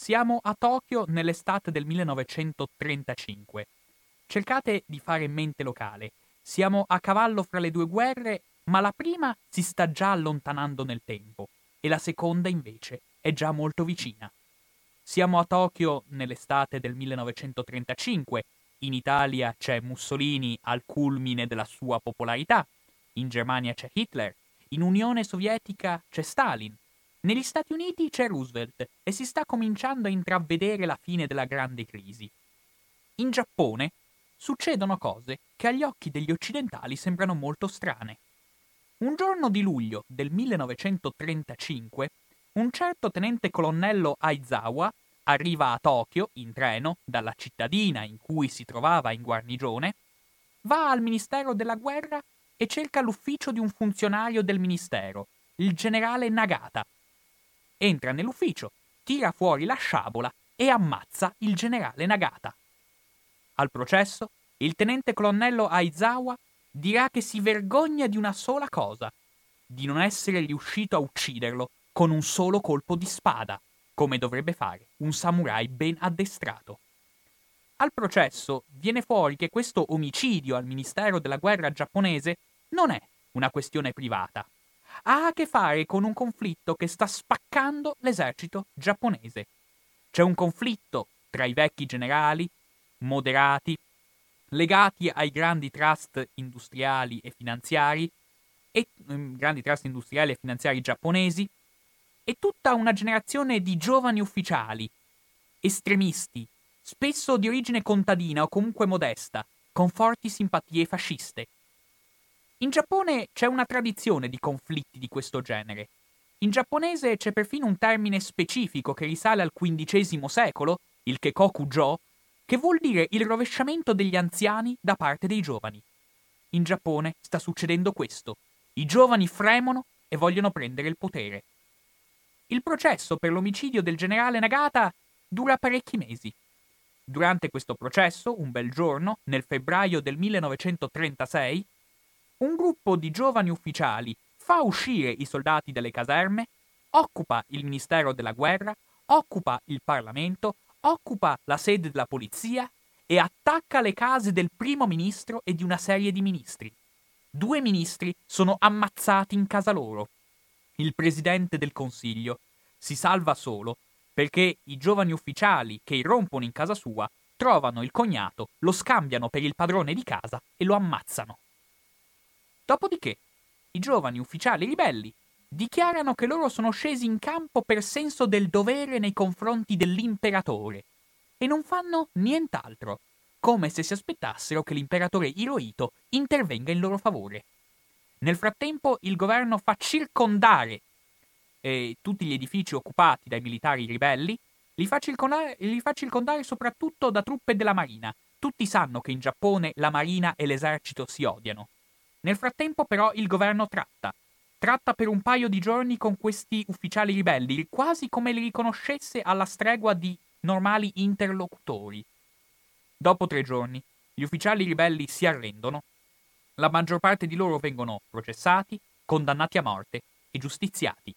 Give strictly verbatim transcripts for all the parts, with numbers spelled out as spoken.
Siamo a Tokyo nell'estate del millenovecentotrentacinque. Cercate di fare mente locale. Siamo a cavallo fra le due guerre, ma la prima si sta già allontanando nel tempo e la seconda invece è già molto vicina. Siamo a Tokyo nell'estate del millenovecentotrentacinque. In Italia c'è Mussolini al culmine della sua popolarità. In Germania c'è Hitler. In Unione Sovietica c'è Stalin. Negli Stati Uniti c'è Roosevelt e si sta cominciando a intravedere la fine della grande crisi. In Giappone succedono cose che agli occhi degli occidentali sembrano molto strane. Un giorno di luglio del millenovecentotrentacinque, un certo tenente colonnello Aizawa arriva a Tokyo in treno dalla cittadina in cui si trovava in guarnigione, va al Ministero della Guerra e cerca l'ufficio di un funzionario del ministero, il generale Nagata. Entra nell'ufficio, tira fuori la sciabola e ammazza il generale Nagata. Al processo, il tenente colonnello Aizawa dirà che si vergogna di una sola cosa, di non essere riuscito a ucciderlo con un solo colpo di spada, come dovrebbe fare un samurai ben addestrato. Al processo viene fuori che questo omicidio al Ministero della Guerra giapponese non è una questione privata. Ha a che fare con un conflitto che sta spaccando l'esercito giapponese. C'è un conflitto tra i vecchi generali, moderati, legati ai grandi trust industriali e finanziari, e um, grandi trust industriali e finanziari giapponesi, e tutta una generazione di giovani ufficiali, estremisti, spesso di origine contadina o comunque modesta, con forti simpatie fasciste. In Giappone c'è una tradizione di conflitti di questo genere. In giapponese c'è perfino un termine specifico che risale al quindicesimo secolo, il Kekoku-jo, che vuol dire il rovesciamento degli anziani da parte dei giovani. In Giappone sta succedendo questo. I giovani fremono e vogliono prendere il potere. Il processo per l'omicidio del generale Nagata dura parecchi mesi. Durante questo processo, un bel giorno, nel febbraio del millenovecentotrentasei, un gruppo di giovani ufficiali fa uscire i soldati dalle caserme, occupa il Ministero della Guerra, occupa il Parlamento, occupa la sede della polizia e attacca le case del primo ministro e di una serie di ministri. Due ministri sono ammazzati in casa loro. Il presidente del Consiglio si salva solo perché i giovani ufficiali che irrompono in casa sua trovano il cognato, lo scambiano per il padrone di casa e lo ammazzano. Dopodiché, i giovani ufficiali ribelli dichiarano che loro sono scesi in campo per senso del dovere nei confronti dell'imperatore e non fanno nient'altro, come se si aspettassero che l'imperatore Hirohito intervenga in loro favore. Nel frattempo il governo fa circondare eh, tutti gli edifici occupati dai militari ribelli, li fa, circondare, li fa circondare soprattutto da truppe della marina. Tutti sanno che in Giappone la marina e l'esercito si odiano. Nel frattempo però il governo tratta. Tratta per un paio di giorni con questi ufficiali ribelli, quasi come li riconoscesse alla stregua di normali interlocutori. Dopo tre giorni, gli ufficiali ribelli si arrendono. La maggior parte di loro vengono processati, condannati a morte e giustiziati.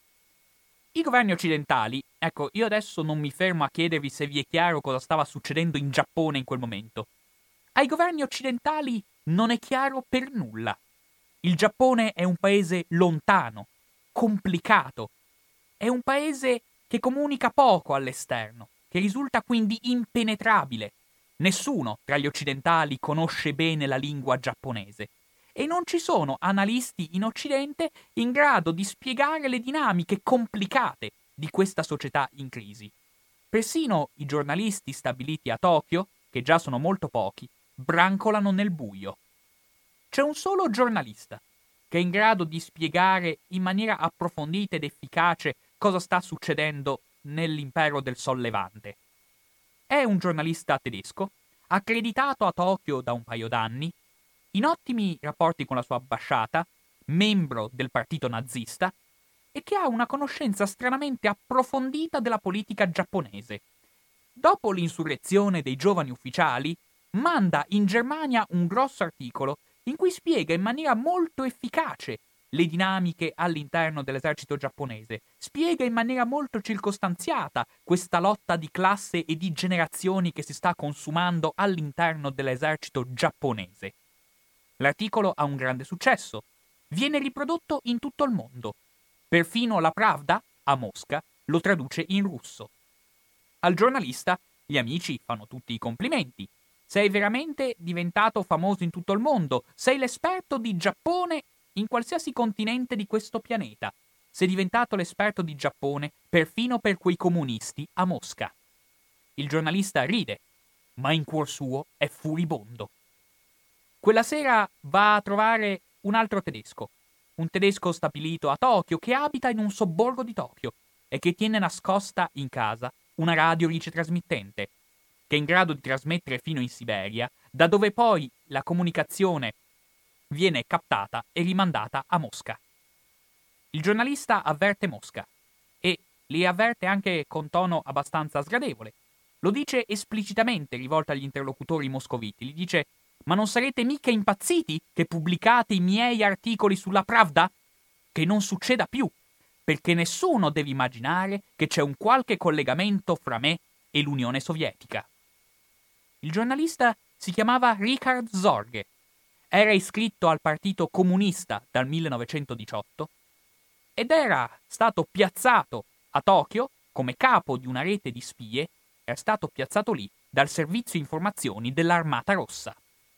I governi occidentali, ecco, io adesso non mi fermo a chiedervi se vi è chiaro cosa stava succedendo in Giappone in quel momento. Ai governi occidentali non è chiaro per nulla. Il Giappone è un paese lontano, complicato. È un paese che comunica poco all'esterno, che risulta quindi impenetrabile. Nessuno tra gli occidentali conosce bene la lingua giapponese e non ci sono analisti in Occidente in grado di spiegare le dinamiche complicate di questa società in crisi. Persino i giornalisti stabiliti a Tokyo, che già sono molto pochi, brancolano nel buio. C'è un solo giornalista che è in grado di spiegare in maniera approfondita ed efficace cosa sta succedendo nell'impero del Sol Levante. È un giornalista tedesco, accreditato a Tokyo da un paio d'anni, in ottimi rapporti con la sua ambasciata, membro del partito nazista, e che ha una conoscenza stranamente approfondita della politica giapponese. Dopo l'insurrezione dei giovani ufficiali, manda in Germania un grosso articolo in cui spiega in maniera molto efficace le dinamiche all'interno dell'esercito giapponese, spiega in maniera molto circostanziata questa lotta di classe e di generazioni che si sta consumando all'interno dell'esercito giapponese. L'articolo ha un grande successo, viene riprodotto in tutto il mondo. Perfino la Pravda, a Mosca, lo traduce in russo. Al giornalista gli amici fanno tutti i complimenti. Sei veramente diventato famoso in tutto il mondo, sei l'esperto di Giappone in qualsiasi continente di questo pianeta. Sei diventato l'esperto di Giappone perfino per quei comunisti a Mosca. Il giornalista ride, ma in cuor suo è furibondo. Quella sera va a trovare un altro tedesco, un tedesco stabilito a Tokyo che abita in un sobborgo di Tokyo e che tiene nascosta in casa una radio ricetrasmittente, che è in grado di trasmettere fino in Siberia, da dove poi la comunicazione viene captata e rimandata a Mosca. Il giornalista avverte Mosca e li avverte anche con tono abbastanza sgradevole. Lo dice esplicitamente rivolto agli interlocutori moscoviti. Gli dice: «Ma non sarete mica impazziti che pubblicate i miei articoli sulla Pravda? Che non succeda più, perché nessuno deve immaginare che c'è un qualche collegamento fra me e l'Unione Sovietica». Il giornalista si chiamava Richard Zorge, era iscritto al Partito Comunista dal millenovecentodiciotto ed era stato piazzato a Tokyo come capo di una rete di spie, era stato piazzato lì dal servizio informazioni dell'Armata Rossa.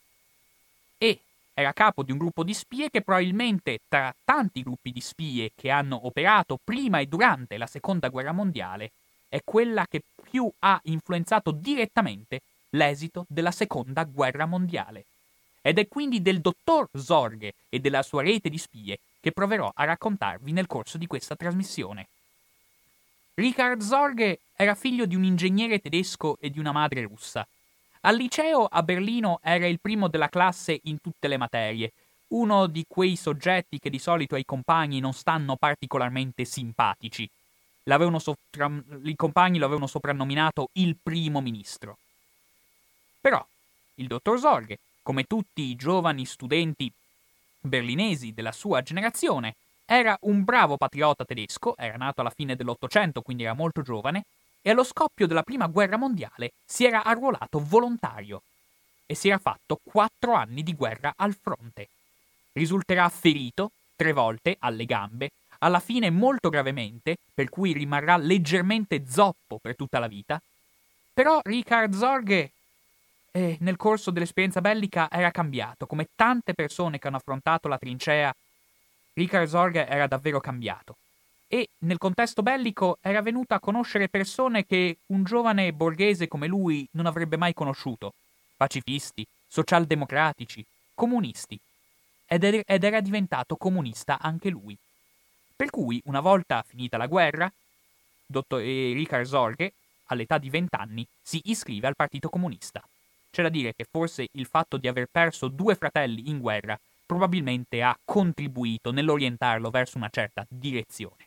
E era capo di un gruppo di spie che probabilmente, tra tanti gruppi di spie che hanno operato prima e durante la Seconda Guerra Mondiale, è quella che più ha influenzato direttamente l'esito della Seconda Guerra Mondiale. Ed è quindi del dottor Zorge e della sua rete di spie che proverò a raccontarvi nel corso di questa trasmissione. Richard Zorge era figlio di un ingegnere tedesco e di una madre russa. Al liceo a Berlino era il primo della classe in tutte le materie, uno di quei soggetti che di solito ai compagni non stanno particolarmente simpatici. L'avevano sopra... I compagni lo avevano soprannominato il primo ministro. Però il dottor Zorge, come tutti i giovani studenti berlinesi della sua generazione, era un bravo patriota tedesco, era nato alla fine dell'Ottocento, quindi era molto giovane, e allo scoppio della Prima Guerra Mondiale si era arruolato volontario e si era fatto quattro anni di guerra al fronte. Risulterà ferito tre volte alle gambe, alla fine molto gravemente, per cui rimarrà leggermente zoppo per tutta la vita. Però Richard Zorge eh, nel corso dell'esperienza bellica era cambiato, come tante persone che hanno affrontato la trincea. Richard Zorge era davvero cambiato. E nel contesto bellico era venuto a conoscere persone che un giovane borghese come lui non avrebbe mai conosciuto: pacifisti, socialdemocratici, comunisti. Ed, er- ed era diventato comunista anche lui. Per cui, una volta finita la guerra, dottor Richard Zorge, all'età di vent'anni, si iscrive al Partito Comunista. C'è da dire che forse il fatto di aver perso due fratelli in guerra probabilmente ha contribuito nell'orientarlo verso una certa direzione.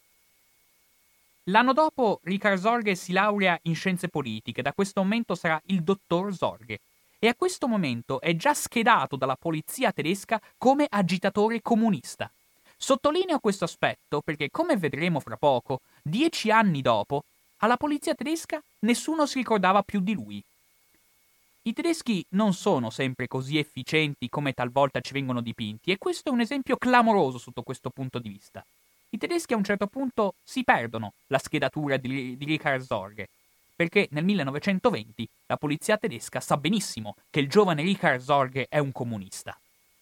L'anno dopo Richard Zorge si laurea in scienze politiche, da questo momento sarà il dottor Zorge, e a questo momento è già schedato dalla polizia tedesca come agitatore comunista. Sottolineo questo aspetto perché, come vedremo fra poco, dieci anni dopo, alla polizia tedesca nessuno si ricordava più di lui. I tedeschi non sono sempre così efficienti come talvolta ci vengono dipinti, e questo è un esempio clamoroso sotto questo punto di vista. I tedeschi a un certo punto si perdono la schedatura di, di Richard Zorge, perché nel millenovecentoventi la polizia tedesca sa benissimo che il giovane Richard Zorge è un comunista.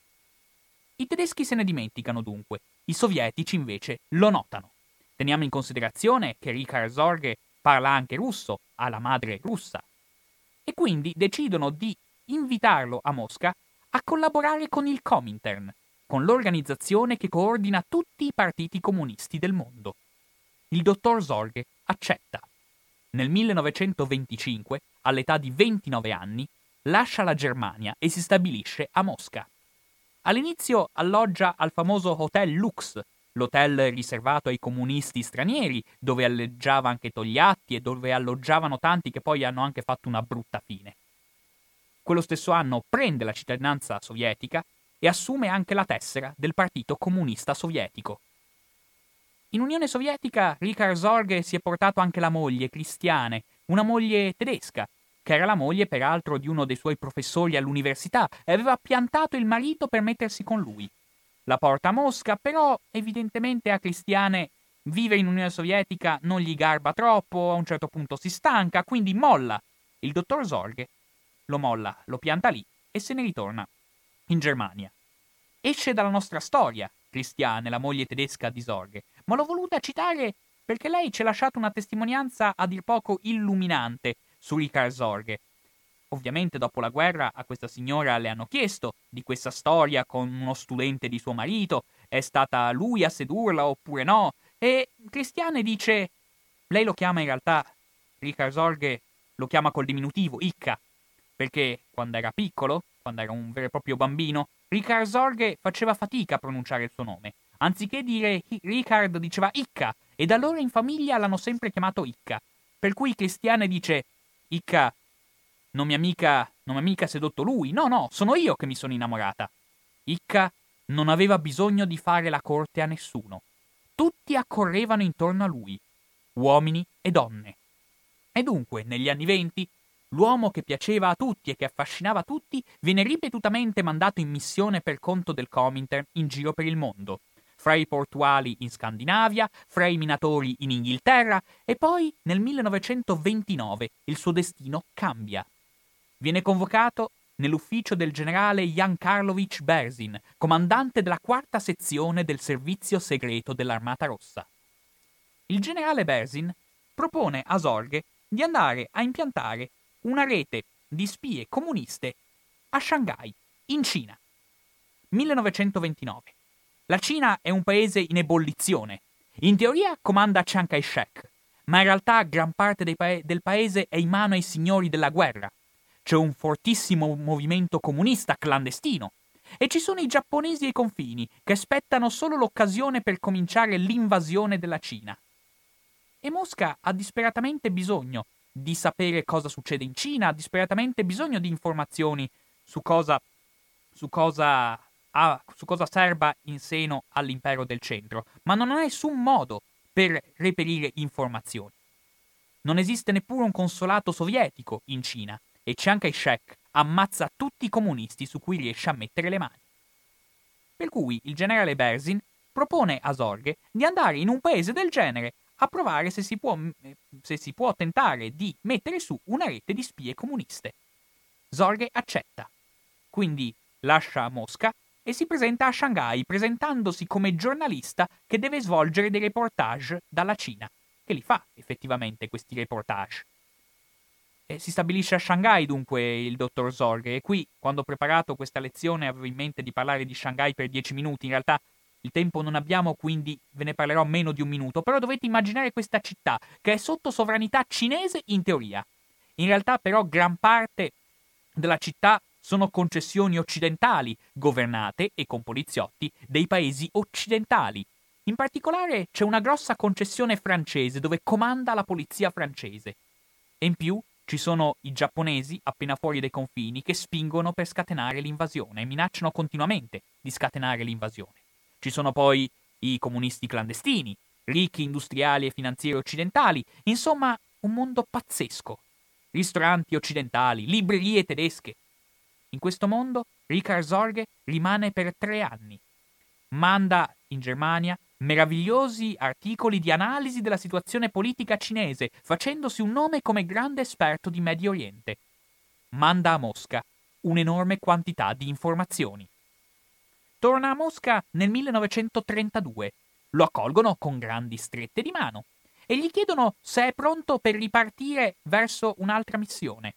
I tedeschi se ne dimenticano dunque, i sovietici invece lo notano. Teniamo in considerazione che Richard Zorge parla anche russo, ha la madre russa, e quindi decidono di invitarlo a Mosca a collaborare con il Comintern, con l'organizzazione che coordina tutti i partiti comunisti del mondo. Il dottor Zorge accetta. Nel millenovecentoventicinque, all'età di ventinove anni, lascia la Germania e si stabilisce a Mosca. All'inizio alloggia al famoso Hotel Lux, l'hotel riservato ai comunisti stranieri, dove alloggiava anche Togliatti e dove alloggiavano tanti che poi hanno anche fatto una brutta fine. Quello stesso anno prende la cittadinanza sovietica e assume anche la tessera del Partito Comunista Sovietico. In Unione Sovietica Richard Zorge si è portato anche la moglie, Christiane, una moglie tedesca, che era la moglie peraltro di uno dei suoi professori all'università e aveva piantato il marito per mettersi con lui. La porta a Mosca, però evidentemente a Christiane vivere in Unione Sovietica non gli garba troppo, a un certo punto si stanca, quindi molla il dottor Zorge, lo molla, lo pianta lì e se ne ritorna in Germania. Esce dalla nostra storia Christiane, la moglie tedesca di Zorge, ma l'ho voluta citare perché lei ci ha lasciato una testimonianza a dir poco illuminante su Richard Zorge. Ovviamente dopo la guerra a questa signora le hanno chiesto di questa storia con uno studente di suo marito, è stata lui a sedurla oppure no, e Christiane dice, lei lo chiama in realtà, Richard Zorge lo chiama col diminutivo, Icca, perché quando era piccolo, quando era un vero e proprio bambino, Richard Zorge faceva fatica a pronunciare il suo nome. Anziché dire Richard diceva Icca, e da allora in famiglia l'hanno sempre chiamato Icca. Per cui Christiane dice, Icca, non mi ha mica, non mi ha mica sedotto lui, no no, sono io che mi sono innamorata. Icca non aveva bisogno di fare la corte a nessuno. Tutti accorrevano intorno a lui, uomini e donne. E dunque, negli anni venti, l'uomo che piaceva a tutti e che affascinava tutti viene ripetutamente mandato in missione per conto del Comintern in giro per il mondo, fra i portuali in Scandinavia, fra i minatori in Inghilterra, e poi nel millenovecentoventinove il suo destino cambia. Viene convocato nell'ufficio del generale Jan Karlovich Berzin, comandante della quarta sezione del servizio segreto dell'Armata Rossa. Il generale Berzin propone a Zorge di andare a impiantare una rete di spie comuniste a Shanghai, in Cina. millenovecentoventinove. La Cina è un paese in ebollizione. In teoria comanda Chiang Kai-shek, ma in realtà gran parte dei pa- del paese è in mano ai signori della guerra. C'è un fortissimo movimento comunista clandestino e ci sono i giapponesi ai confini che aspettano solo l'occasione per cominciare l'invasione della Cina. E Mosca ha disperatamente bisogno di sapere cosa succede in Cina, ha disperatamente bisogno di informazioni su cosa, su cosa, ha, su cosa serba in seno all'impero del centro, ma non ha nessun modo per reperire informazioni. Non esiste neppure un consolato sovietico in Cina e Chiang Kai-shek ammazza tutti i comunisti su cui riesce a mettere le mani. Per cui il generale Berzin propone a Zorge di andare in un paese del genere a provare se si può, se si può tentare di mettere su una rete di spie comuniste. Zorge accetta. Quindi lascia Mosca e si presenta a Shanghai presentandosi come giornalista che deve svolgere dei reportage dalla Cina, che li fa effettivamente questi reportage. E si stabilisce a Shanghai dunque il dottor Zorge e qui, quando ho preparato questa lezione, avevo in mente di parlare di Shanghai per dieci minuti, in realtà il tempo non abbiamo, quindi ve ne parlerò meno di un minuto, però dovete immaginare questa città che è sotto sovranità cinese in teoria. In realtà però gran parte della città sono concessioni occidentali, governate e con poliziotti dei paesi occidentali. In particolare c'è una grossa concessione francese dove comanda la polizia francese. E in più ci sono i giapponesi appena fuori dai confini che spingono per scatenare l'invasione e minacciano continuamente di scatenare l'invasione. Ci sono poi i comunisti clandestini, ricchi industriali e finanzieri occidentali, insomma un mondo pazzesco. Ristoranti occidentali, librerie tedesche. In questo mondo Richard Zorge rimane per tre anni. Manda in Germania meravigliosi articoli di analisi della situazione politica cinese, facendosi un nome come grande esperto di Medio Oriente. Manda a Mosca un'enorme quantità di informazioni. Torna a Mosca nel millenovecentotrentadue. Lo accolgono con grandi strette di mano e gli chiedono se è pronto per ripartire verso un'altra missione.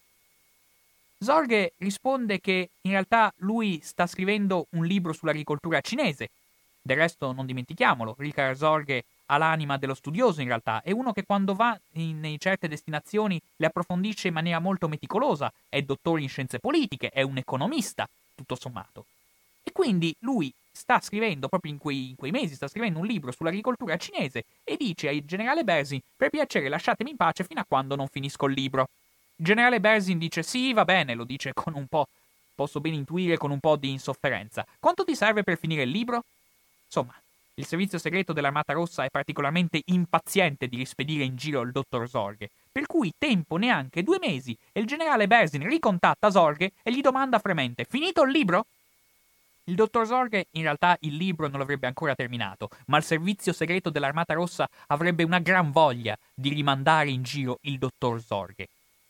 Zorge risponde che in realtà lui sta scrivendo un libro sull'agricoltura cinese. Del resto, non dimentichiamolo, Richard Zorge ha l'anima dello studioso in realtà, è uno che quando va in, in certe destinazioni le approfondisce in maniera molto meticolosa, è dottore in scienze politiche, è un economista, tutto sommato. E quindi lui sta scrivendo, proprio in quei, in quei mesi, sta scrivendo un libro sull'agricoltura cinese e dice al generale Berzin, per piacere lasciatemi in pace fino a quando non finisco il libro. Il generale Berzin dice sì, va bene, lo dice con un po', posso ben intuire con un po' di insofferenza. Quanto ti serve per finire il libro? Insomma, il servizio segreto dell'Armata Rossa è particolarmente impaziente di rispedire in giro il dottor Zorge, per cui tempo neanche due mesi e il generale Berzin ricontatta Zorge e gli domanda fremente: finito il libro? Il dottor Zorge in realtà il libro non l'avrebbe ancora terminato, ma il servizio segreto dell'Armata Rossa avrebbe una gran voglia di rimandare in giro il dottor Zorge.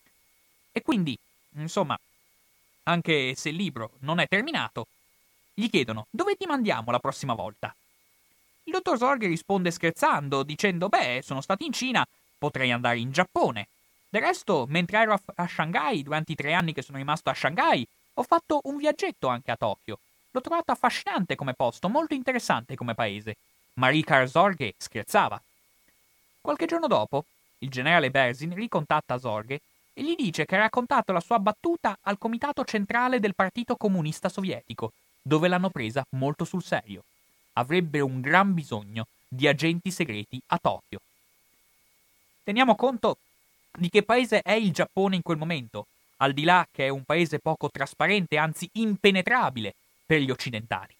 E quindi, insomma, anche se il libro non è terminato, gli chiedono: dove ti mandiamo la prossima volta? Il dottor Zorge risponde scherzando, dicendo: beh, sono stato in Cina, potrei andare in Giappone. Del resto, mentre ero a, a Shanghai, durante i tre anni che sono rimasto a Shanghai, ho fatto un viaggetto anche a Tokyo. L'ho trovato affascinante come posto, molto interessante come paese. Ma Richard Zorge scherzava. Qualche giorno dopo, il generale Berzin ricontatta Zorge e gli dice che ha raccontato la sua battuta al comitato centrale del Partito Comunista Sovietico, dove l'hanno presa molto sul serio. Avrebbe un gran bisogno di agenti segreti a Tokyo. Teniamo conto di che paese è il Giappone in quel momento, al di là che è un paese poco trasparente, anzi impenetrabile per gli occidentali.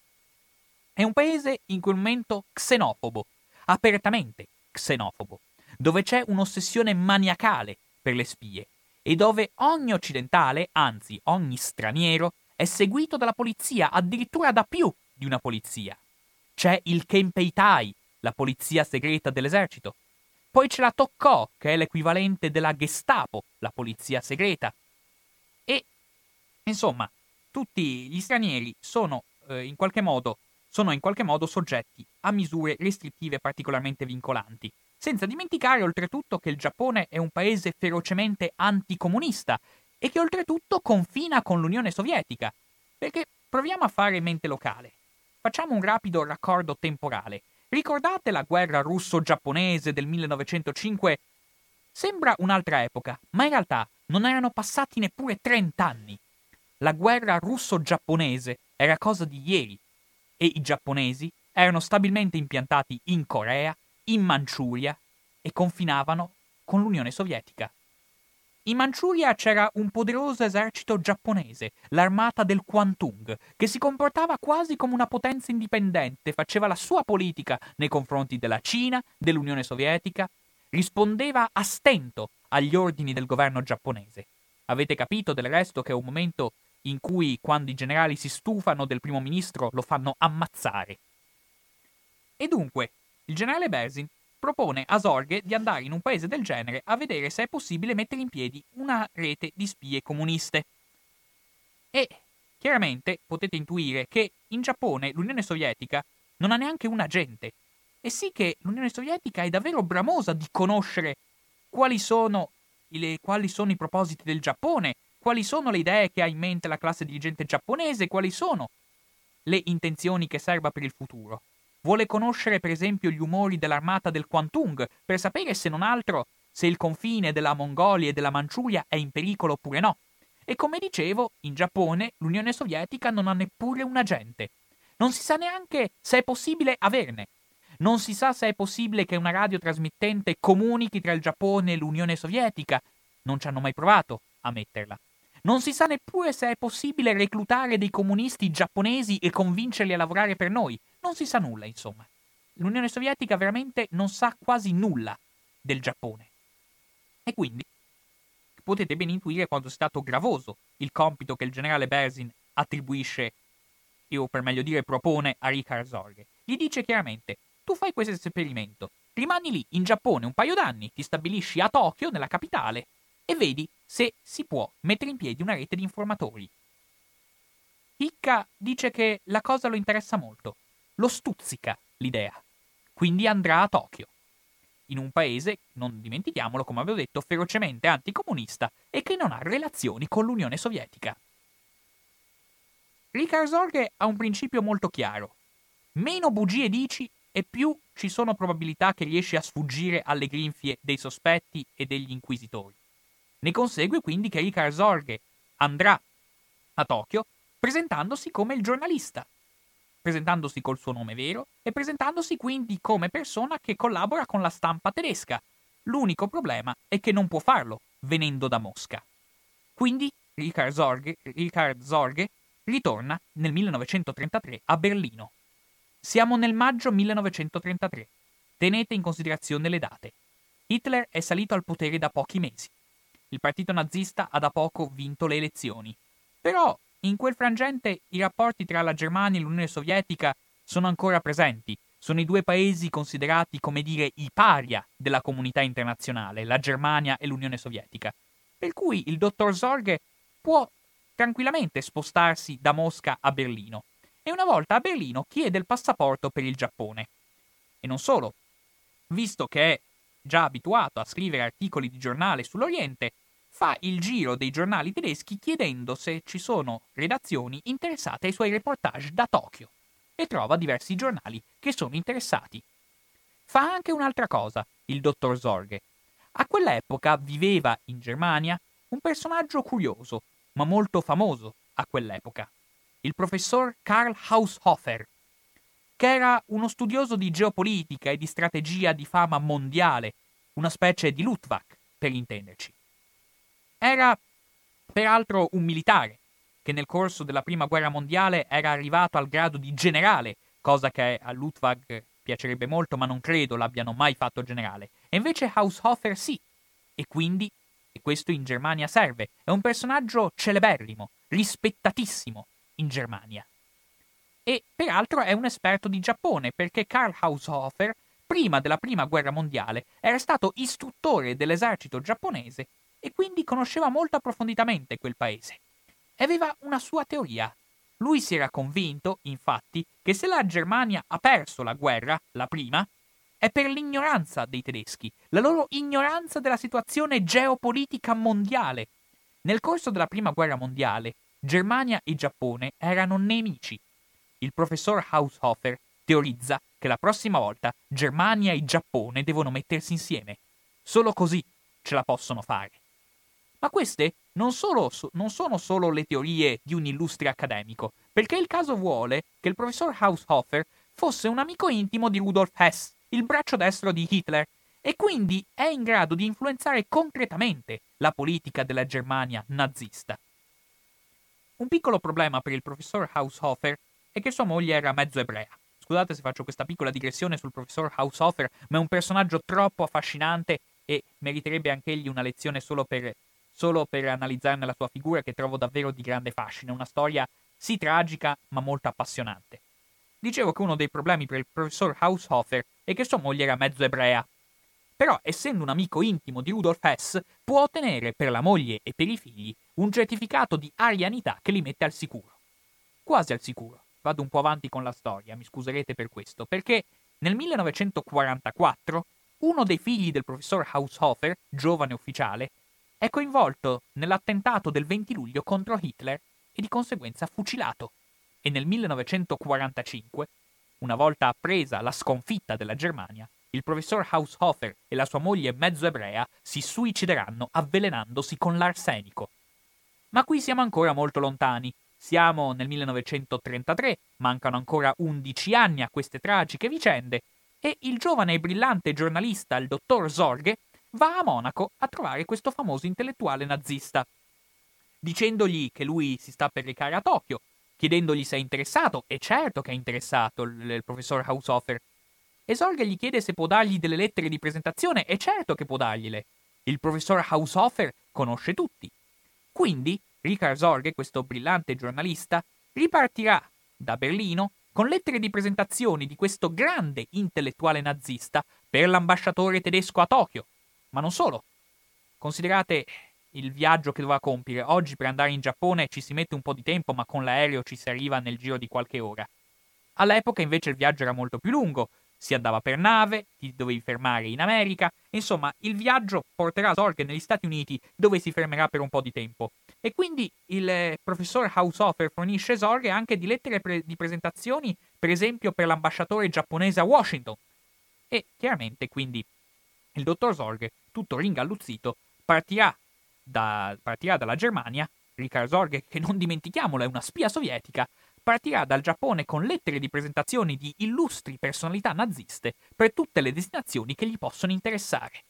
È un paese in quel momento xenofobo, apertamente xenofobo, dove c'è un'ossessione maniacale per le spie e dove ogni occidentale, anzi ogni straniero, è seguito dalla polizia, addirittura da più di una polizia. C'è il Kempeitai, la polizia segreta dell'esercito. Poi c'è la Tokko, che è l'equivalente della Gestapo, la polizia segreta. E, insomma, tutti gli stranieri sono, eh, in qualche modo, sono in qualche modo soggetti a misure restrittive particolarmente vincolanti. Senza dimenticare, oltretutto, che il Giappone è un paese ferocemente anticomunista e che, oltretutto, confina con l'Unione Sovietica. Perché proviamo a fare mente locale. Facciamo un rapido raccordo temporale. Ricordate la guerra russo-giapponese del millenovecentocinque? Sembra un'altra epoca, ma in realtà non erano passati neppure trent'anni. La guerra russo-giapponese era cosa di ieri e i giapponesi erano stabilmente impiantati in Corea, in Manciuria e confinavano con l'Unione Sovietica. In Manciuria c'era un poderoso esercito giapponese, l'armata del Kwantung, che si comportava quasi come una potenza indipendente, faceva la sua politica nei confronti della Cina, dell'Unione Sovietica, rispondeva a stento agli ordini del governo giapponese. Avete capito del resto che è un momento in cui, quando i generali si stufano del primo ministro, lo fanno ammazzare. E dunque, il generale Berzin propone a Zorge di andare in un paese del genere a vedere se è possibile mettere in piedi una rete di spie comuniste. E, chiaramente, potete intuire che in Giappone l'Unione Sovietica non ha neanche un agente. E sì che l'Unione Sovietica è davvero bramosa di conoscere quali sono, le, quali sono i propositi del Giappone, quali sono le idee che ha in mente la classe dirigente giapponese, quali sono le intenzioni che serba per il futuro. Vuole conoscere per esempio gli umori dell'armata del Kwantung per sapere se non altro se il confine della Mongolia e della Manciuria è in pericolo oppure no. E come dicevo, in Giappone l'Unione Sovietica non ha neppure un agente. Non si sa neanche se è possibile averne. Non si sa se è possibile che una radiotrasmittente comunichi tra il Giappone e l'Unione Sovietica. Non ci hanno mai provato a metterla. Non si sa neppure se è possibile reclutare dei comunisti giapponesi e convincerli a lavorare per noi. Non si sa nulla, insomma. L'Unione Sovietica veramente non sa quasi nulla del Giappone. E quindi potete ben intuire quanto sia stato gravoso il compito che il generale Berzin attribuisce, o per meglio dire propone, a Richard Zorge. Gli dice chiaramente: tu fai questo esperimento, rimani lì in Giappone un paio d'anni, ti stabilisci a Tokyo, nella capitale, e vedi se si può mettere in piedi una rete di informatori. Hicca dice che la cosa lo interessa molto, lo stuzzica l'idea, quindi andrà a Tokyo, in un paese, non dimentichiamolo, come avevo detto, ferocemente anticomunista e che non ha relazioni con l'Unione Sovietica. Richard Zorge ha un principio molto chiaro: meno bugie dici e più ci sono probabilità che riesci a sfuggire alle grinfie dei sospetti e degli inquisitori. Ne consegue quindi che Richard Zorge andrà a Tokyo presentandosi come il giornalista, presentandosi col suo nome vero e presentandosi quindi come persona che collabora con la stampa tedesca. L'unico problema è che non può farlo venendo da Mosca. Quindi Richard Zorge, Richard Zorge ritorna nel millenovecentotrentatré a Berlino. Siamo nel maggio millenovecentotrentatré. Tenete in considerazione le date. Hitler è salito al potere da pochi mesi. Il partito nazista ha da poco vinto le elezioni. Però in quel frangente i rapporti tra la Germania e l'Unione Sovietica sono ancora presenti. Sono i due paesi considerati, come dire, i paria della comunità internazionale, la Germania e l'Unione Sovietica. Per cui il dottor Zorge può tranquillamente spostarsi da Mosca a Berlino. E una volta a Berlino chiede il passaporto per il Giappone. E non solo. Visto che è già abituato a scrivere articoli di giornale sull'Oriente, fa il giro dei giornali tedeschi chiedendo se ci sono redazioni interessate ai suoi reportage da Tokyo e trova diversi giornali che sono interessati. Fa anche un'altra cosa, il dottor Zorge. A quell'epoca viveva in Germania un personaggio curioso, ma molto famoso a quell'epoca, il professor Karl Haushofer, che era uno studioso di geopolitica e di strategia di fama mondiale, una specie di Luttwak, per intenderci. Era peraltro un militare, che nel corso della Prima Guerra Mondiale era arrivato al grado di generale, cosa che a Luttwak piacerebbe molto, ma non credo l'abbiano mai fatto generale. E invece Haushofer sì, e quindi, e questo in Germania serve, è un personaggio celeberrimo, rispettatissimo in Germania. E peraltro è un esperto di Giappone, perché Karl Haushofer, prima della Prima Guerra Mondiale, era stato istruttore dell'esercito giapponese e quindi conosceva molto approfonditamente quel paese. E aveva una sua teoria. Lui si era convinto, infatti, che se la Germania ha perso la guerra, la prima, è per l'ignoranza dei tedeschi, la loro ignoranza della situazione geopolitica mondiale. Nel corso della Prima Guerra Mondiale, Germania e Giappone erano nemici. Il professor Haushofer teorizza che la prossima volta Germania e Giappone devono mettersi insieme. Solo così ce la possono fare. Ma queste non, solo, non sono solo le teorie di un illustre accademico, perché il caso vuole che il professor Haushofer fosse un amico intimo di Rudolf Hess, il braccio destro di Hitler, e quindi è in grado di influenzare concretamente la politica della Germania nazista. Un piccolo problema per il professor Haushofer è che sua moglie era mezzo ebrea. Scusate se faccio questa piccola digressione sul professor Haushofer, ma è un personaggio troppo affascinante e meriterebbe anch'egli una lezione solo per, solo per analizzarne la sua figura, che trovo davvero di grande fascino. Una storia sì tragica, ma molto appassionante. Dicevo che uno dei problemi per il professor Haushofer è che sua moglie era mezzo ebrea. Però, essendo un amico intimo di Rudolf Hess, può ottenere per la moglie e per i figli un certificato di arianità che li mette al sicuro. Quasi al sicuro. Vado un po' avanti con la storia, mi scuserete per questo, perché nel millenovecentoquarantaquattro uno dei figli del professor Haushofer, giovane ufficiale, è coinvolto nell'attentato del venti luglio contro Hitler e di conseguenza fucilato. E nel millenovecentoquarantacinque, una volta appresa la sconfitta della Germania, il professor Haushofer e la sua moglie mezzo ebrea si suicideranno avvelenandosi con l'arsenico. Ma qui siamo ancora molto lontani. Siamo nel millenovecentotrentatré, mancano ancora undici anni a queste tragiche vicende, e il giovane e brillante giornalista, il dottor Zorge, va a Monaco a trovare questo famoso intellettuale nazista, dicendogli che lui si sta per recare a Tokyo, chiedendogli se è interessato, e certo che è interessato il, il professor Haushofer. E Zorge gli chiede se può dargli delle lettere di presentazione, e certo che può dargliele. Il professor Haushofer conosce tutti. Quindi Richard Zorge, questo brillante giornalista, ripartirà da Berlino con lettere di presentazione di questo grande intellettuale nazista per l'ambasciatore tedesco a Tokyo. Ma non solo. Considerate il viaggio che doveva compiere. Oggi per andare in Giappone ci si mette un po' di tempo, ma con l'aereo ci si arriva nel giro di qualche ora. All'epoca invece il viaggio era molto più lungo. Si andava per nave, ti dovevi fermare in America, insomma il viaggio porterà Zorge negli Stati Uniti, dove si fermerà per un po' di tempo. E quindi il eh, professor Haushofer fornisce Zorge anche di lettere pre- di presentazioni, per esempio per l'ambasciatore giapponese a Washington. E chiaramente quindi il dottor Zorge, tutto ringalluzzito, partirà, da, partirà dalla Germania. Richard Zorge, che non dimentichiamolo è una spia sovietica, partirà dal Giappone con lettere di presentazioni di illustri personalità naziste per tutte le destinazioni che gli possono interessare.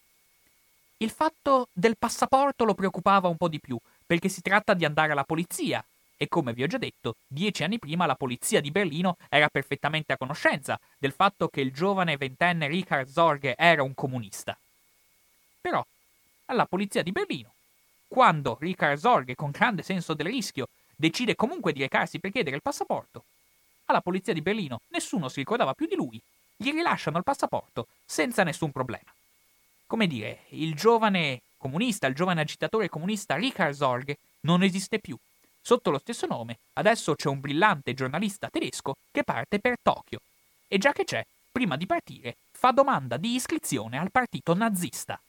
Il fatto del passaporto lo preoccupava un po' di più, perché si tratta di andare alla polizia, E come vi ho già detto, dieci anni prima la polizia di Berlino era perfettamente a conoscenza del fatto che il giovane ventenne Richard Zorge era un comunista. Però, alla polizia di Berlino, quando Richard Zorge, con grande senso del rischio, decide comunque di recarsi per chiedere il passaporto, alla polizia di Berlino nessuno si ricordava più di lui, gli rilasciano il passaporto senza nessun problema. Come dire, il giovane comunista, il giovane agitatore comunista Richard Zorge non esiste più. Sotto lo stesso nome, adesso c'è un brillante giornalista tedesco che parte per Tokyo. E già che c'è, prima di partire, fa domanda di iscrizione al partito nazista.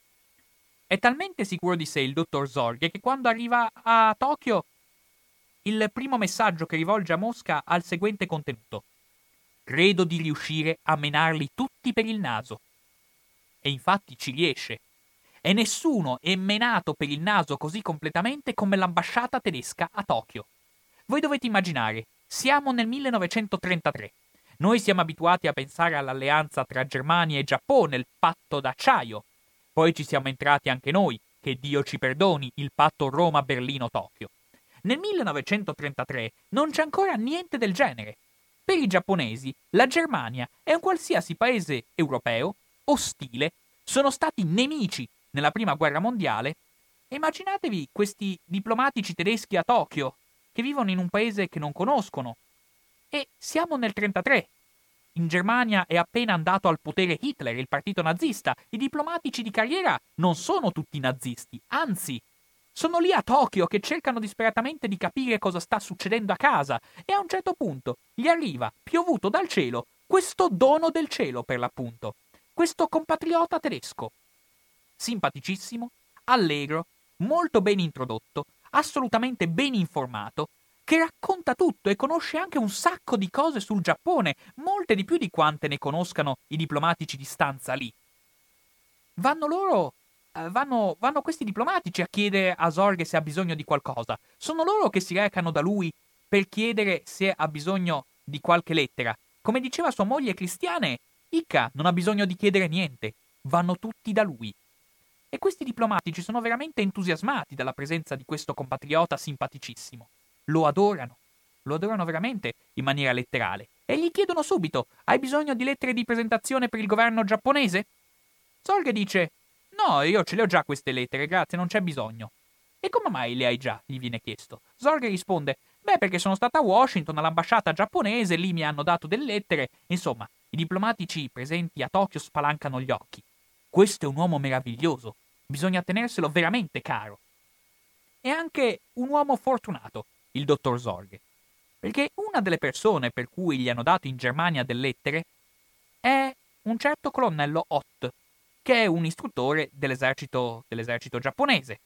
È talmente sicuro di sé il dottor Zorge che quando arriva a Tokyo, il primo messaggio che rivolge a Mosca ha il seguente contenuto: credo di riuscire a menarli tutti per il naso. E infatti ci riesce. E nessuno è menato per il naso così completamente come l'ambasciata tedesca a Tokyo. Voi dovete immaginare, siamo nel millenovecentotrentatré. Noi siamo abituati a pensare all'alleanza tra Germania e Giappone, il patto d'acciaio. Poi ci siamo entrati anche noi, che Dio ci perdoni, il patto Roma-Berlino-Tokyo. Nel millenovecentotrentatré non c'è ancora niente del genere. Per i giapponesi, la Germania è un qualsiasi paese europeo ostile, sono stati nemici nella prima guerra mondiale. E immaginatevi questi diplomatici tedeschi a Tokyo che vivono in un paese che non conoscono. E siamo nel trentatré. In Germania è appena andato al potere Hitler, il partito nazista. I diplomatici di carriera non sono tutti nazisti, anzi, sono lì a Tokyo che cercano disperatamente di capire cosa sta succedendo a casa e a un certo punto gli arriva, piovuto dal cielo, questo dono del cielo per l'appunto. Questo compatriota tedesco, simpaticissimo, allegro, molto ben introdotto, assolutamente ben informato, che racconta tutto e conosce anche un sacco di cose sul Giappone, molte di più di quante ne conoscano i diplomatici di stanza lì. Vanno loro, eh, vanno, vanno questi diplomatici a chiedere a Zorge se ha bisogno di qualcosa. Sono loro che si recano da lui per chiedere se ha bisogno di qualche lettera. Come diceva sua moglie Cristiane, Ika non ha bisogno di chiedere niente, vanno tutti da lui. E questi diplomatici sono veramente entusiasmati dalla presenza di questo compatriota simpaticissimo. Lo adorano, lo adorano veramente in maniera letterale. E gli chiedono subito: hai bisogno di lettere di presentazione per il governo giapponese? Zorge dice: no, io ce le ho già queste lettere, grazie, non c'è bisogno. E come mai le hai già? Gli viene chiesto. Zorge risponde: beh, perché sono stata a Washington, all'ambasciata giapponese, lì mi hanno dato delle lettere. Insomma, i diplomatici presenti a Tokyo spalancano gli occhi. Questo è un uomo meraviglioso, bisogna tenerselo veramente caro. È anche un uomo fortunato, il dottor Zorge, perché una delle persone per cui gli hanno dato in Germania delle lettere è un certo colonnello Ott, che è un istruttore dell'esercito, dell'esercito giapponese.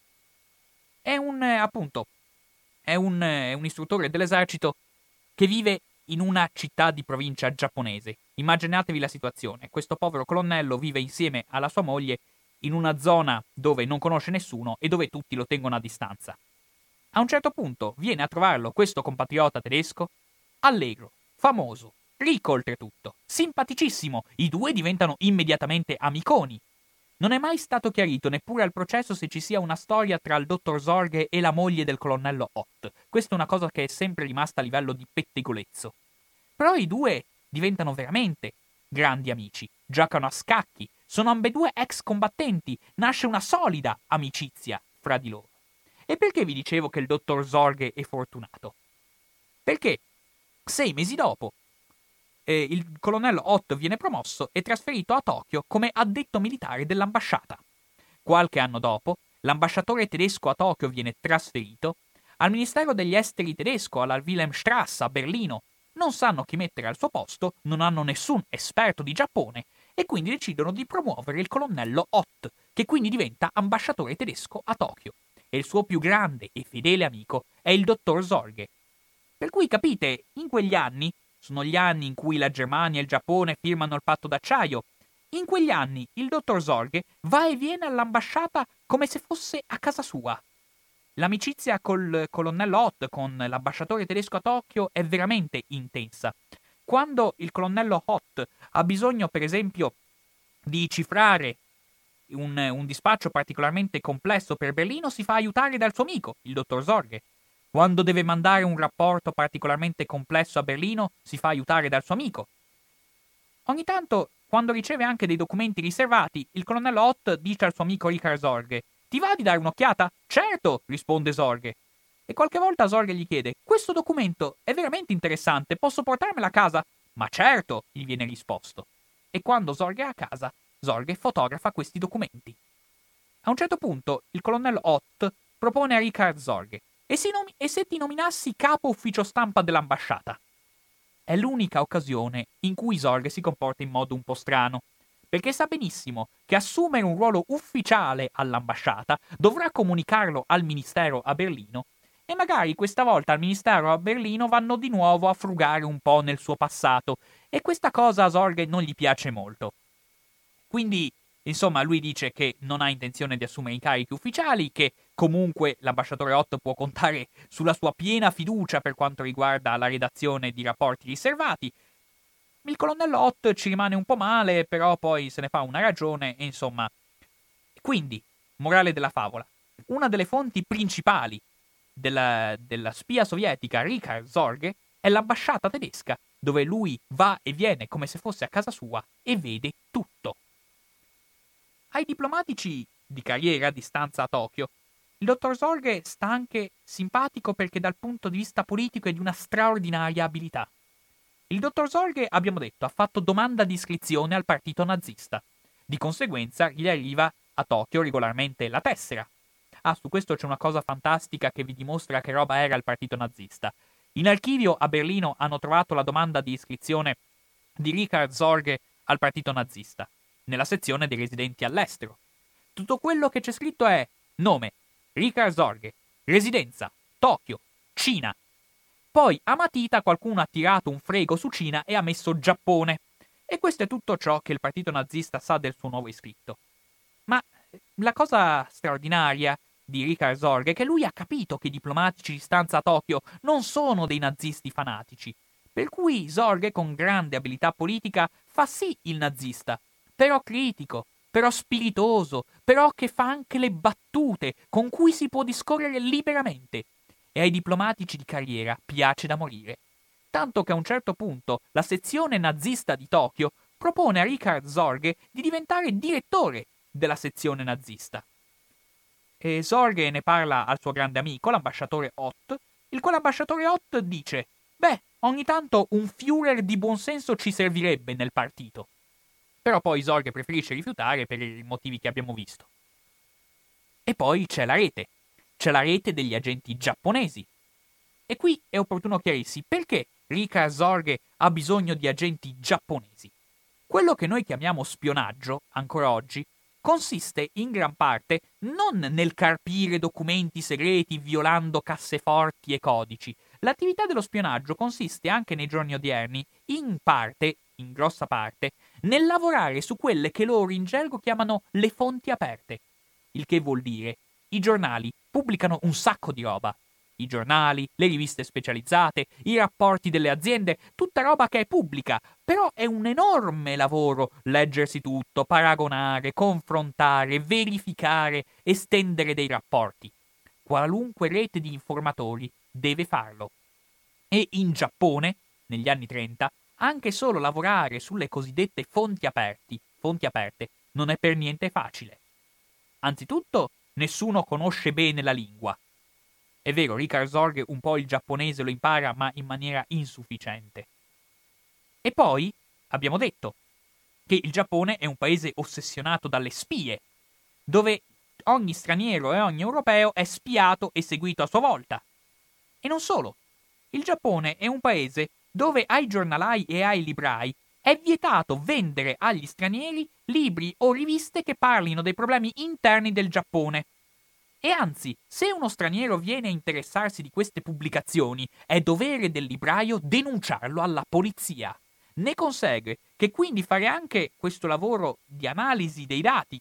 È un, eh, appunto, è un, eh, un istruttore dell'esercito che vive in una città di provincia giapponese. Immaginatevi la situazione. Questo povero colonnello vive insieme alla sua moglie in una zona dove non conosce nessuno e dove tutti lo tengono a distanza. A un certo punto viene a trovarlo questo compatriota tedesco, allegro, famoso, ricco oltretutto, simpaticissimo. I due diventano immediatamente amiconi. Non è mai stato chiarito neppure al processo se ci sia una storia tra il dottor Zorge e la moglie del colonnello Ott. Questa è una cosa che è sempre rimasta a livello di pettegolezzo. Però i due diventano veramente grandi amici, giocano a scacchi, sono ambedue ex combattenti, nasce una solida amicizia fra di loro. E perché vi dicevo che il dottor Zorge è fortunato? Perché sei mesi dopo Eh, il colonnello Ott viene promosso e trasferito a Tokyo come addetto militare dell'ambasciata. Qualche anno dopo, l'ambasciatore tedesco a Tokyo viene trasferito. Al Ministero degli Esteri tedesco, alla Wilhelmstrasse a Berlino, non sanno chi mettere al suo posto, non hanno nessun esperto di Giappone e quindi decidono di promuovere il colonnello Ott, che quindi diventa ambasciatore tedesco a Tokyo. E il suo più grande e fedele amico è il dottor Zorge. Per cui capite, in quegli anni sono gli anni in cui la Germania e il Giappone firmano il patto d'acciaio. In quegli anni il dottor Zorge va e viene all'ambasciata come se fosse a casa sua. L'amicizia col colonnello Ott, con l'ambasciatore tedesco a Tokyo, è veramente intensa. Quando il colonnello Ott ha bisogno, per esempio, di cifrare un, un dispaccio particolarmente complesso per Berlino, si fa aiutare dal suo amico, il dottor Zorge. Quando deve mandare un rapporto particolarmente complesso a Berlino, si fa aiutare dal suo amico. Ogni tanto, quando riceve anche dei documenti riservati, il colonnello Ott dice al suo amico Richard Sorge: «Ti va di dare un'occhiata?» «Certo», risponde Sorge. E qualche volta Sorge gli chiede: «Questo documento è veramente interessante, posso portarmelo a casa?» «Ma certo», gli viene risposto. E quando Sorge è a casa, Sorge fotografa questi documenti. A un certo punto, il colonnello Ott propone a Richard Sorge: «E, si nomi- e se ti nominassi capo ufficio stampa dell'ambasciata?» È l'unica occasione in cui Sorge si comporta in modo un po' strano, perché sa benissimo che assumere un ruolo ufficiale all'ambasciata dovrà comunicarlo al ministero a Berlino, e magari questa volta al ministero a Berlino vanno di nuovo a frugare un po' nel suo passato, e questa cosa a Sorge non gli piace molto. Quindi, insomma, lui dice che non ha intenzione di assumere incarichi ufficiali, che comunque l'ambasciatore Ott può contare sulla sua piena fiducia per quanto riguarda la redazione di rapporti riservati. Il colonnello Ott ci rimane un po' male, però poi se ne fa una ragione e insomma. Quindi, morale della favola, una delle fonti principali della, della spia sovietica Richard Sorge è l'ambasciata tedesca, dove lui va e viene come se fosse a casa sua e vede tutto. Ai diplomatici di carriera a distanza a Tokyo, il dottor Sorge sta anche simpatico perché dal punto di vista politico è di una straordinaria abilità. Il dottor Sorge, abbiamo detto, ha fatto domanda di iscrizione al partito nazista. Di conseguenza gli arriva a Tokyo regolarmente la tessera. Ah, su questo c'è una cosa fantastica che vi dimostra che roba era il partito nazista. In archivio a Berlino hanno trovato la domanda di iscrizione di Richard Sorge al partito nazista, nella sezione dei residenti all'estero. Tutto quello che c'è scritto è nome, Richard Sorge, residenza, Tokyo, Cina. Poi a matita qualcuno ha tirato un frego su Cina e ha messo Giappone. E questo è tutto ciò che il partito nazista sa del suo nuovo iscritto. Ma la cosa straordinaria di Richard Sorge è che lui ha capito che i diplomatici di stanza a Tokyo non sono dei nazisti fanatici. Per cui Sorge, con grande abilità politica, fa sì il nazista, però critico, però spiritoso, però che fa anche le battute con cui si può discorrere liberamente. E ai diplomatici di carriera piace da morire. Tanto che a un certo punto la sezione nazista di Tokyo propone a Richard Sorge di diventare direttore della sezione nazista. E Sorge ne parla al suo grande amico, l'ambasciatore Ott, il quale ambasciatore Ott dice: «Beh, ogni tanto un Führer di buonsenso ci servirebbe nel partito». Però poi Sorge preferisce rifiutare per i motivi che abbiamo visto. E poi c'è la rete. C'è la rete degli agenti giapponesi. E qui è opportuno chiarirsi perché Richard Sorge ha bisogno di agenti giapponesi. Quello che noi chiamiamo spionaggio, ancora oggi, consiste in gran parte non nel carpire documenti segreti violando casseforti e codici. L'attività dello spionaggio consiste anche nei giorni odierni, in parte, in grossa parte, nel lavorare su quelle che loro in gergo chiamano le fonti aperte. Il che vuol dire, i giornali pubblicano un sacco di roba. I giornali, le riviste specializzate, i rapporti delle aziende, tutta roba che è pubblica, però è un enorme lavoro leggersi tutto, paragonare, confrontare, verificare, estendere dei rapporti. Qualunque rete di informatori deve farlo. E in Giappone, negli anni trenta, anche solo lavorare sulle cosiddette fonti aperti, fonti aperte, non è per niente facile. Anzitutto, nessuno conosce bene la lingua. È vero, Richard Sorge un po' il giapponese lo impara, ma in maniera insufficiente. E poi, abbiamo detto, che il Giappone è un paese ossessionato dalle spie, dove ogni straniero e ogni europeo è spiato e seguito a sua volta. E non solo. Il Giappone è un paese dove ai giornalai e ai librai è vietato vendere agli stranieri libri o riviste che parlino dei problemi interni del Giappone. E anzi, se uno straniero viene a interessarsi di queste pubblicazioni, è dovere del libraio denunciarlo alla polizia. Ne consegue che quindi fare anche questo lavoro di analisi dei dati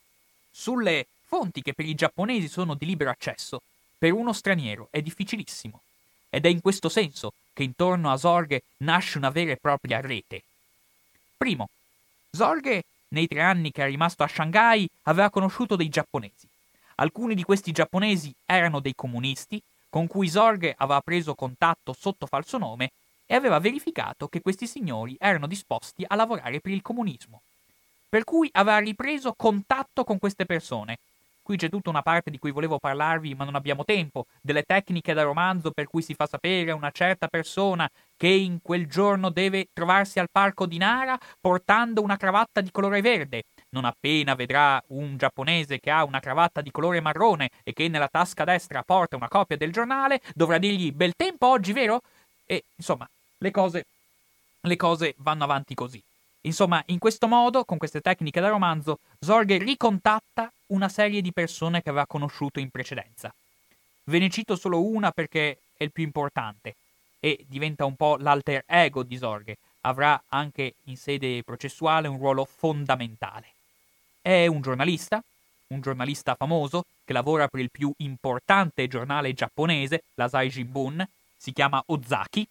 sulle fonti che per i giapponesi sono di libero accesso, per uno straniero è difficilissimo. Ed è in questo senso che intorno a Sorge nasce una vera e propria rete. Primo, Sorge, nei tre anni che è rimasto a Shanghai, aveva conosciuto dei giapponesi. Alcuni di questi giapponesi erano dei comunisti, con cui Zorge aveva preso contatto sotto falso nome e aveva verificato che questi signori erano disposti a lavorare per il comunismo. Per cui aveva ripreso contatto con queste persone. Qui c'è tutta una parte di cui volevo parlarvi, ma non abbiamo tempo, delle tecniche da romanzo per cui si fa sapere a una certa persona che in quel giorno deve trovarsi al parco di Nara portando una cravatta di colore verde. Non appena vedrà un giapponese che ha una cravatta di colore marrone e che nella tasca destra porta una copia del giornale, dovrà dirgli bel tempo oggi, vero? E insomma, le cose, le cose vanno avanti così. Insomma, in questo modo, con queste tecniche da romanzo, Zorge ricontatta una serie di persone che aveva conosciuto in precedenza. Ve ne cito solo una perché è il più importante e diventa un po' l'alter ego di Zorge. Avrà anche in sede processuale un ruolo fondamentale. È un giornalista, un giornalista famoso che lavora per il più importante giornale giapponese, l'Asahi Shimbun, si chiama Ozaki.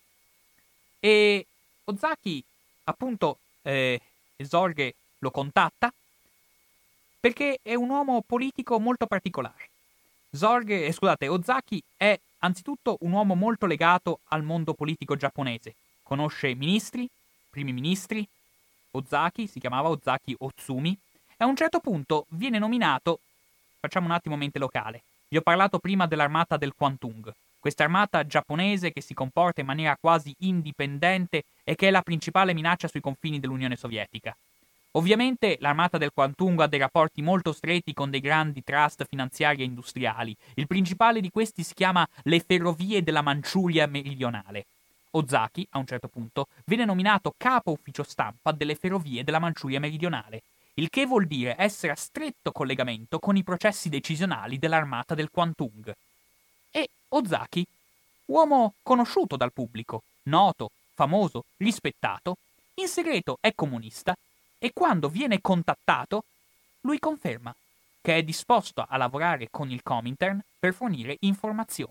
E Ozaki, appunto, eh, Zorge lo contatta perché è un uomo politico molto particolare. Zorge, eh, scusate, Ozaki è anzitutto un uomo molto legato al mondo politico giapponese. Conosce ministri, primi ministri. Ozaki si chiamava Ozaki Otsumi e a un certo punto viene nominato, facciamo un attimo mente locale, vi ho parlato prima dell'armata del Kwantung, questa armata giapponese che si comporta in maniera quasi indipendente e che è la principale minaccia sui confini dell'Unione Sovietica. Ovviamente l'armata del Kwantung ha dei rapporti molto stretti con dei grandi trust finanziari e industriali. Il principale di questi si chiama le Ferrovie della Manciuria Meridionale. Ozaki, a un certo punto, viene nominato capo ufficio stampa delle Ferrovie della Manciuria Meridionale, il che vuol dire essere a stretto collegamento con i processi decisionali dell'armata del Kwantung. E Ozaki, uomo conosciuto dal pubblico, noto, famoso, rispettato, in segreto è comunista e quando viene contattato, lui conferma che è disposto a lavorare con il Comintern per fornire informazioni.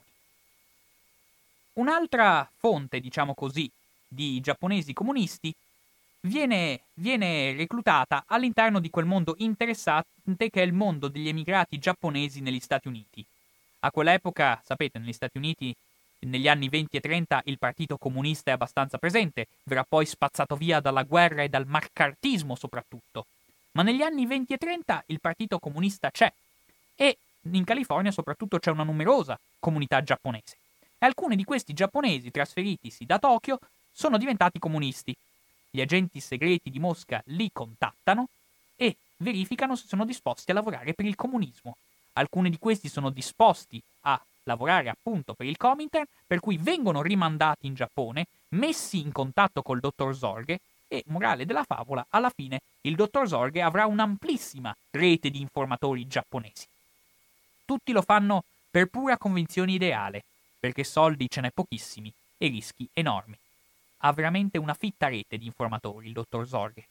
Un'altra fonte, diciamo così, di giapponesi comunisti viene, viene reclutata all'interno di quel mondo interessante che è il mondo degli emigrati giapponesi negli Stati Uniti. A quell'epoca, sapete, negli Stati Uniti, negli anni venti e trenta, il partito comunista è abbastanza presente, verrà poi spazzato via dalla guerra e dal maccartismo soprattutto. Ma negli anni venti e trenta il partito comunista c'è e in California soprattutto c'è una numerosa comunità giapponese. E alcuni di questi giapponesi trasferitisi da Tokyo sono diventati comunisti. Gli agenti segreti di Mosca li contattano e verificano se sono disposti a lavorare per il comunismo. Alcuni di questi sono disposti a lavorare appunto per il Comintern, per cui vengono rimandati in Giappone, messi in contatto col dottor Zorge e, morale della favola, alla fine il dottor Zorge avrà un'amplissima rete di informatori giapponesi. Tutti lo fanno per pura convinzione ideale, perché soldi ce n'è pochissimi e rischi enormi. Ha veramente una fitta rete di informatori il dottor Zorge.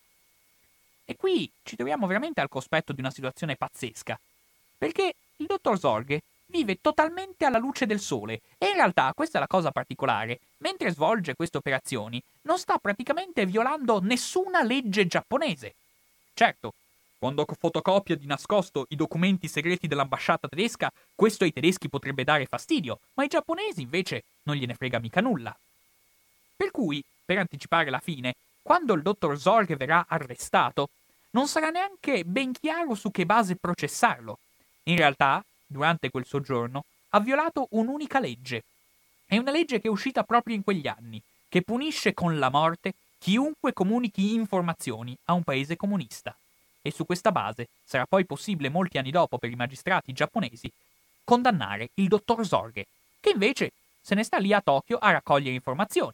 E qui ci troviamo veramente al cospetto di una situazione pazzesca, perché il dottor Zorge vive totalmente alla luce del sole e in realtà, questa è la cosa particolare, mentre svolge queste operazioni non sta praticamente violando nessuna legge giapponese. Certo, quando fotocopia di nascosto i documenti segreti dell'ambasciata tedesca, questo ai tedeschi potrebbe dare fastidio, ma ai giapponesi invece non gliene frega mica nulla. Per cui, per anticipare la fine, quando il dottor Zorge verrà arrestato, non sarà neanche ben chiaro su che base processarlo. In realtà, durante quel soggiorno, ha violato un'unica legge. È una legge che è uscita proprio in quegli anni, che punisce con la morte chiunque comunichi informazioni a un paese comunista. E su questa base sarà poi possibile molti anni dopo per i magistrati giapponesi condannare il dottor Zorge, che invece se ne sta lì a Tokyo a raccogliere informazioni.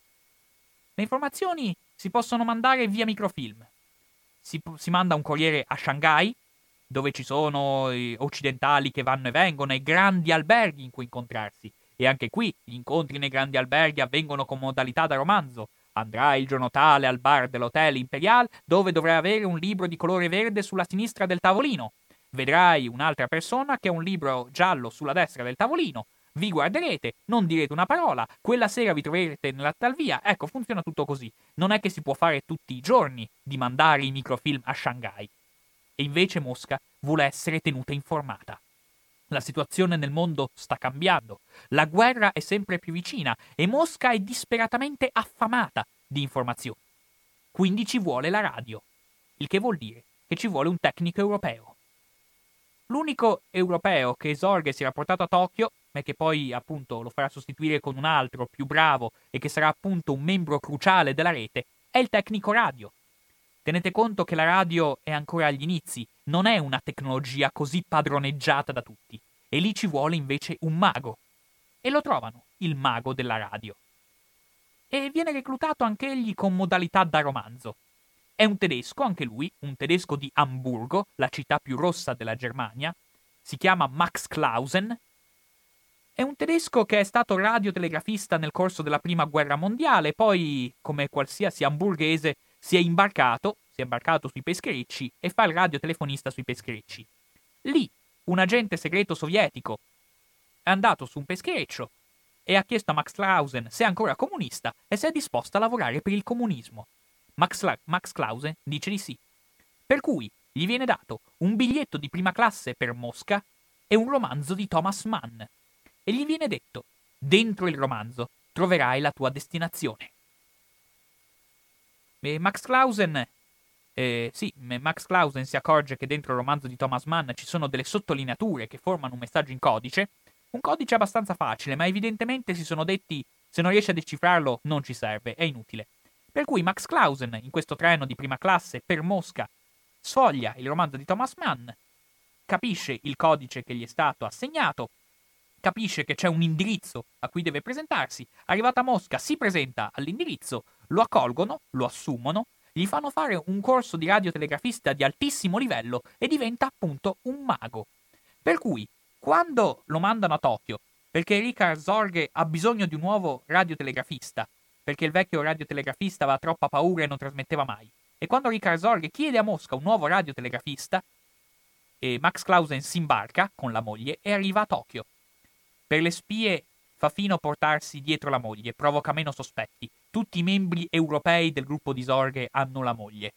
Le informazioni si possono mandare via microfilm. Si, si manda un corriere a Shanghai, dove ci sono eh, occidentali che vanno e vengono e grandi alberghi in cui incontrarsi. E anche qui gli incontri nei grandi alberghi avvengono con modalità da romanzo. Andrai il giorno tale al bar dell'Hotel Imperial, dove dovrai avere un libro di colore verde sulla sinistra del tavolino. Vedrai un'altra persona che ha un libro giallo sulla destra del tavolino. Vi guarderete, non direte una parola, quella sera vi troverete nella tal via. Ecco, funziona tutto così. Non è che si può fare tutti i giorni di mandare i microfilm a Shanghai. E invece Mosca vuole essere tenuta informata. La situazione nel mondo sta cambiando, la guerra è sempre più vicina e Mosca è disperatamente affamata di informazioni. Quindi ci vuole la radio, il che vuol dire che ci vuole un tecnico europeo. L'unico europeo che Zorge si era portato a Tokyo, e che poi appunto lo farà sostituire con un altro più bravo e che sarà appunto un membro cruciale della rete, è il tecnico radio. Tenete conto che la radio è ancora agli inizi, non è una tecnologia così padroneggiata da tutti, e lì ci vuole invece un mago. E lo trovano, il mago della radio. E viene reclutato anch'egli con modalità da romanzo. È un tedesco, anche lui, un tedesco di Amburgo, la città più rossa della Germania. Si chiama Max Clausen. È un tedesco che è stato radiotelegrafista nel corso della Prima Guerra Mondiale, poi, come qualsiasi hamburghese, si è imbarcato, si è imbarcato sui pescherecci e fa il radiotelefonista sui pescherecci. Lì, un agente segreto sovietico è andato su un peschereccio e ha chiesto a Max Clausen se è ancora comunista e se è disposto a lavorare per il comunismo. Max, La- Max Clausen dice di sì. Per cui gli viene dato un biglietto di prima classe per Mosca e un romanzo di Thomas Mann. E gli viene detto: dentro il romanzo troverai la tua destinazione. E Max Clausen, eh, sì, Max Clausen si accorge che dentro il romanzo di Thomas Mann ci sono delle sottolineature che formano un messaggio in codice, un codice abbastanza facile, ma evidentemente si sono detti: se non riesci a decifrarlo non ci serve, è inutile. Per cui Max Clausen, in questo treno di prima classe per Mosca, sfoglia il romanzo di Thomas Mann, capisce il codice che gli è stato assegnato, capisce che c'è un indirizzo a cui deve presentarsi, arrivata a Mosca si presenta all'indirizzo, lo accolgono, lo assumono, gli fanno fare un corso di radiotelegrafista di altissimo livello e diventa appunto un mago. Per cui, quando lo mandano a Tokyo, perché Richard Zorge ha bisogno di un nuovo radiotelegrafista, perché il vecchio radiotelegrafista aveva troppa paura e non trasmetteva mai, e quando Richard Zorge chiede a Mosca un nuovo radiotelegrafista, e Max Clausen si imbarca con la moglie e arriva a Tokyo. Per le spie fa fino portarsi dietro la moglie, provoca meno sospetti. Tutti i membri europei del gruppo di Zorge hanno la moglie.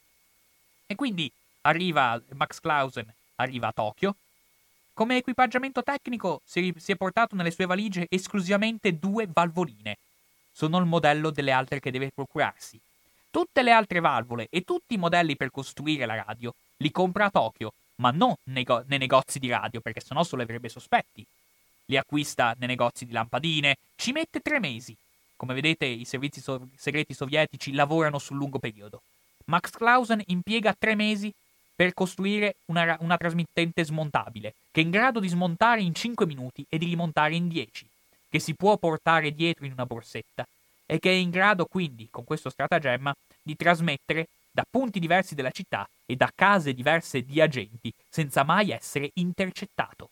E quindi arriva Max Clausen, arriva a Tokyo. Come equipaggiamento tecnico si è portato nelle sue valigie esclusivamente due valvoline. Sono il modello delle altre che deve procurarsi. Tutte le altre valvole e tutti i modelli per costruire la radio li compra a Tokyo, ma non nei, go- nei negozi di radio, perché sennò solleverebbe sospetti. Li acquista nei negozi di lampadine, ci mette tre mesi. Come vedete, i servizi so- segreti sovietici lavorano sul lungo periodo. Max Clausen impiega tre mesi per costruire una, ra- una trasmittente smontabile, che è in grado di smontare in cinque minuti e di rimontare in dieci, che si può portare dietro in una borsetta, e che è in grado quindi, con questo stratagemma, di trasmettere da punti diversi della città e da case diverse di agenti, senza mai essere intercettato.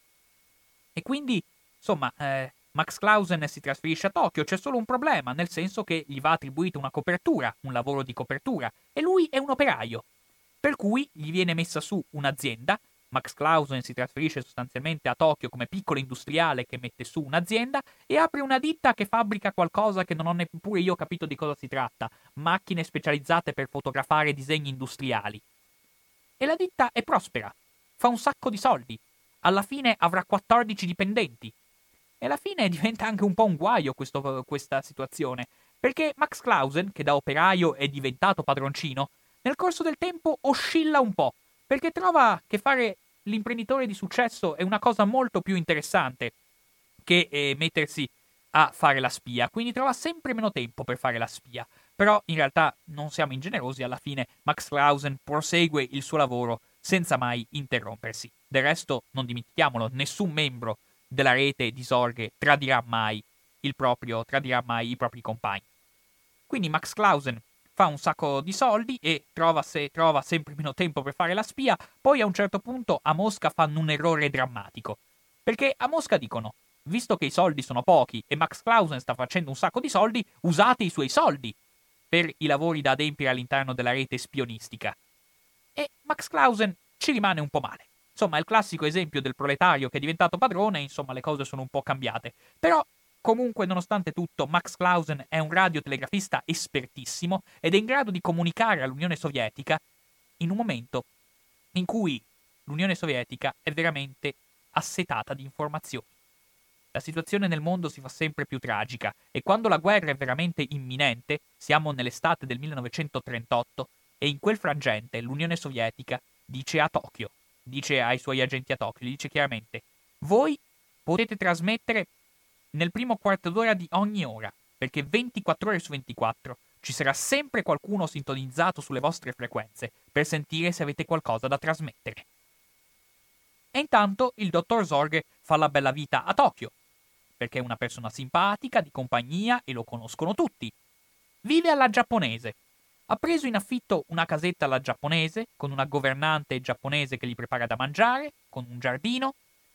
E quindi, insomma, eh, Max Clausen si trasferisce a Tokyo, c'è solo un problema, nel senso che gli va attribuita una copertura, un lavoro di copertura, e lui è un operaio. Per cui gli viene messa su un'azienda. Max Clausen si trasferisce sostanzialmente a Tokyo come piccolo industriale che mette su un'azienda e apre una ditta che fabbrica qualcosa che non ho neppure io capito di cosa si tratta, macchine specializzate per fotografare disegni industriali. E la ditta è prospera, fa un sacco di soldi, alla fine avrà quattordici dipendenti. E alla fine diventa anche un po' un guaio questo, questa situazione, perché Max Clausen, che da operaio è diventato padroncino, nel corso del tempo oscilla un po', perché trova che fare l'imprenditore di successo è una cosa molto più interessante che eh, mettersi a fare la spia, quindi trova sempre meno tempo per fare la spia. Però in realtà non siamo ingenerosi, alla fine Max Clausen prosegue il suo lavoro senza mai interrompersi. Del resto, non dimentichiamolo, nessun membro della rete di Zorge tradirà mai il proprio, tradirà mai i propri compagni. Quindi Max Clausen fa un sacco di soldi e trova, se, trova sempre meno tempo per fare la spia. Poi a un certo punto a Mosca fanno un errore drammatico, perché a Mosca dicono: visto che i soldi sono pochi e Max Clausen sta facendo un sacco di soldi, usate i suoi soldi per i lavori da adempiere all'interno della rete spionistica. E Max Clausen ci rimane un po' male. Insomma, è il classico esempio del proletario che è diventato padrone, insomma, le cose sono un po' cambiate. Però, comunque, nonostante tutto, Max Clausen è un radiotelegrafista espertissimo ed è in grado di comunicare all'Unione Sovietica in un momento in cui l'Unione Sovietica è veramente assetata di informazioni. La situazione nel mondo si fa sempre più tragica e quando la guerra è veramente imminente, siamo nell'estate del millenovecentotrentotto, e in quel frangente l'Unione Sovietica dice a Tokyo, dice ai suoi agenti a Tokyo, gli dice chiaramente: voi potete trasmettere nel primo quarto d'ora di ogni ora, perché ventiquattro ore su ventiquattro ci sarà sempre qualcuno sintonizzato sulle vostre frequenze per sentire se avete qualcosa da trasmettere. E intanto il dottor Zorg fa la bella vita a Tokyo, perché è una persona simpatica, di compagnia e lo conoscono tutti. Vive alla giapponese. Ha preso in affitto una casetta alla giapponese, con una governante giapponese che gli prepara da mangiare, con un giardino.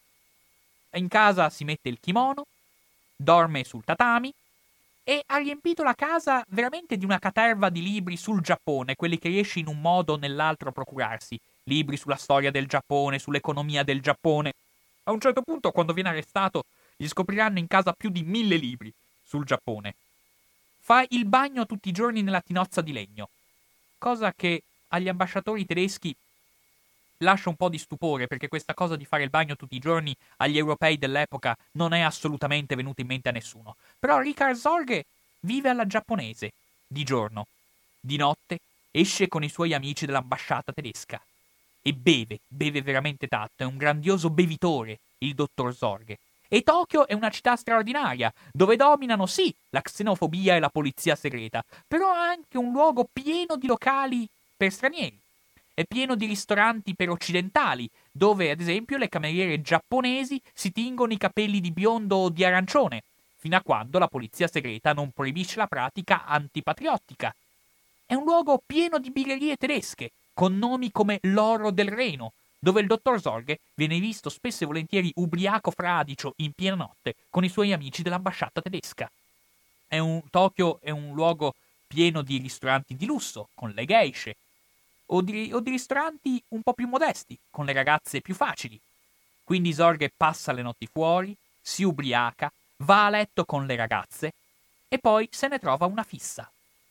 In casa si mette il kimono, dorme sul tatami e ha riempito la casa veramente di una caterva di libri sul Giappone, quelli che riesce in un modo o nell'altro a procurarsi. Libri sulla storia del Giappone, sull'economia del Giappone. A un certo punto, quando viene arrestato, gli scopriranno in casa più di mille libri sul Giappone. Fa il bagno tutti i giorni nella tinozza di legno, cosa che agli ambasciatori tedeschi lascia un po' di stupore, perché questa cosa di fare il bagno tutti i giorni agli europei dell'epoca non è assolutamente venuta in mente a nessuno. Però Richard Zorg vive alla giapponese, di giorno. Di notte esce con i suoi amici dell'ambasciata tedesca. E beve, beve veramente tanto, è un grandioso bevitore, il dottor Zorg. E Tokyo è una città straordinaria, dove dominano sì la xenofobia e la polizia segreta, però è anche un luogo pieno di locali per stranieri. È pieno di ristoranti per occidentali, dove ad esempio le cameriere giapponesi si tingono i capelli di biondo o di arancione, fino a quando la polizia segreta non proibisce la pratica antipatriottica. È un luogo pieno di birrerie tedesche, con nomi come l'Oro del Reno, dove il dottor Zorg viene visto spesso e volentieri ubriaco fradicio in piena notte con i suoi amici dell'ambasciata tedesca. È un, Tokyo è un luogo pieno di ristoranti di lusso, con le geishe, o di, o di ristoranti un po' più modesti, con le ragazze più facili. Quindi Zorg passa le notti fuori, si ubriaca, va a letto con le ragazze e poi se ne trova una fissa.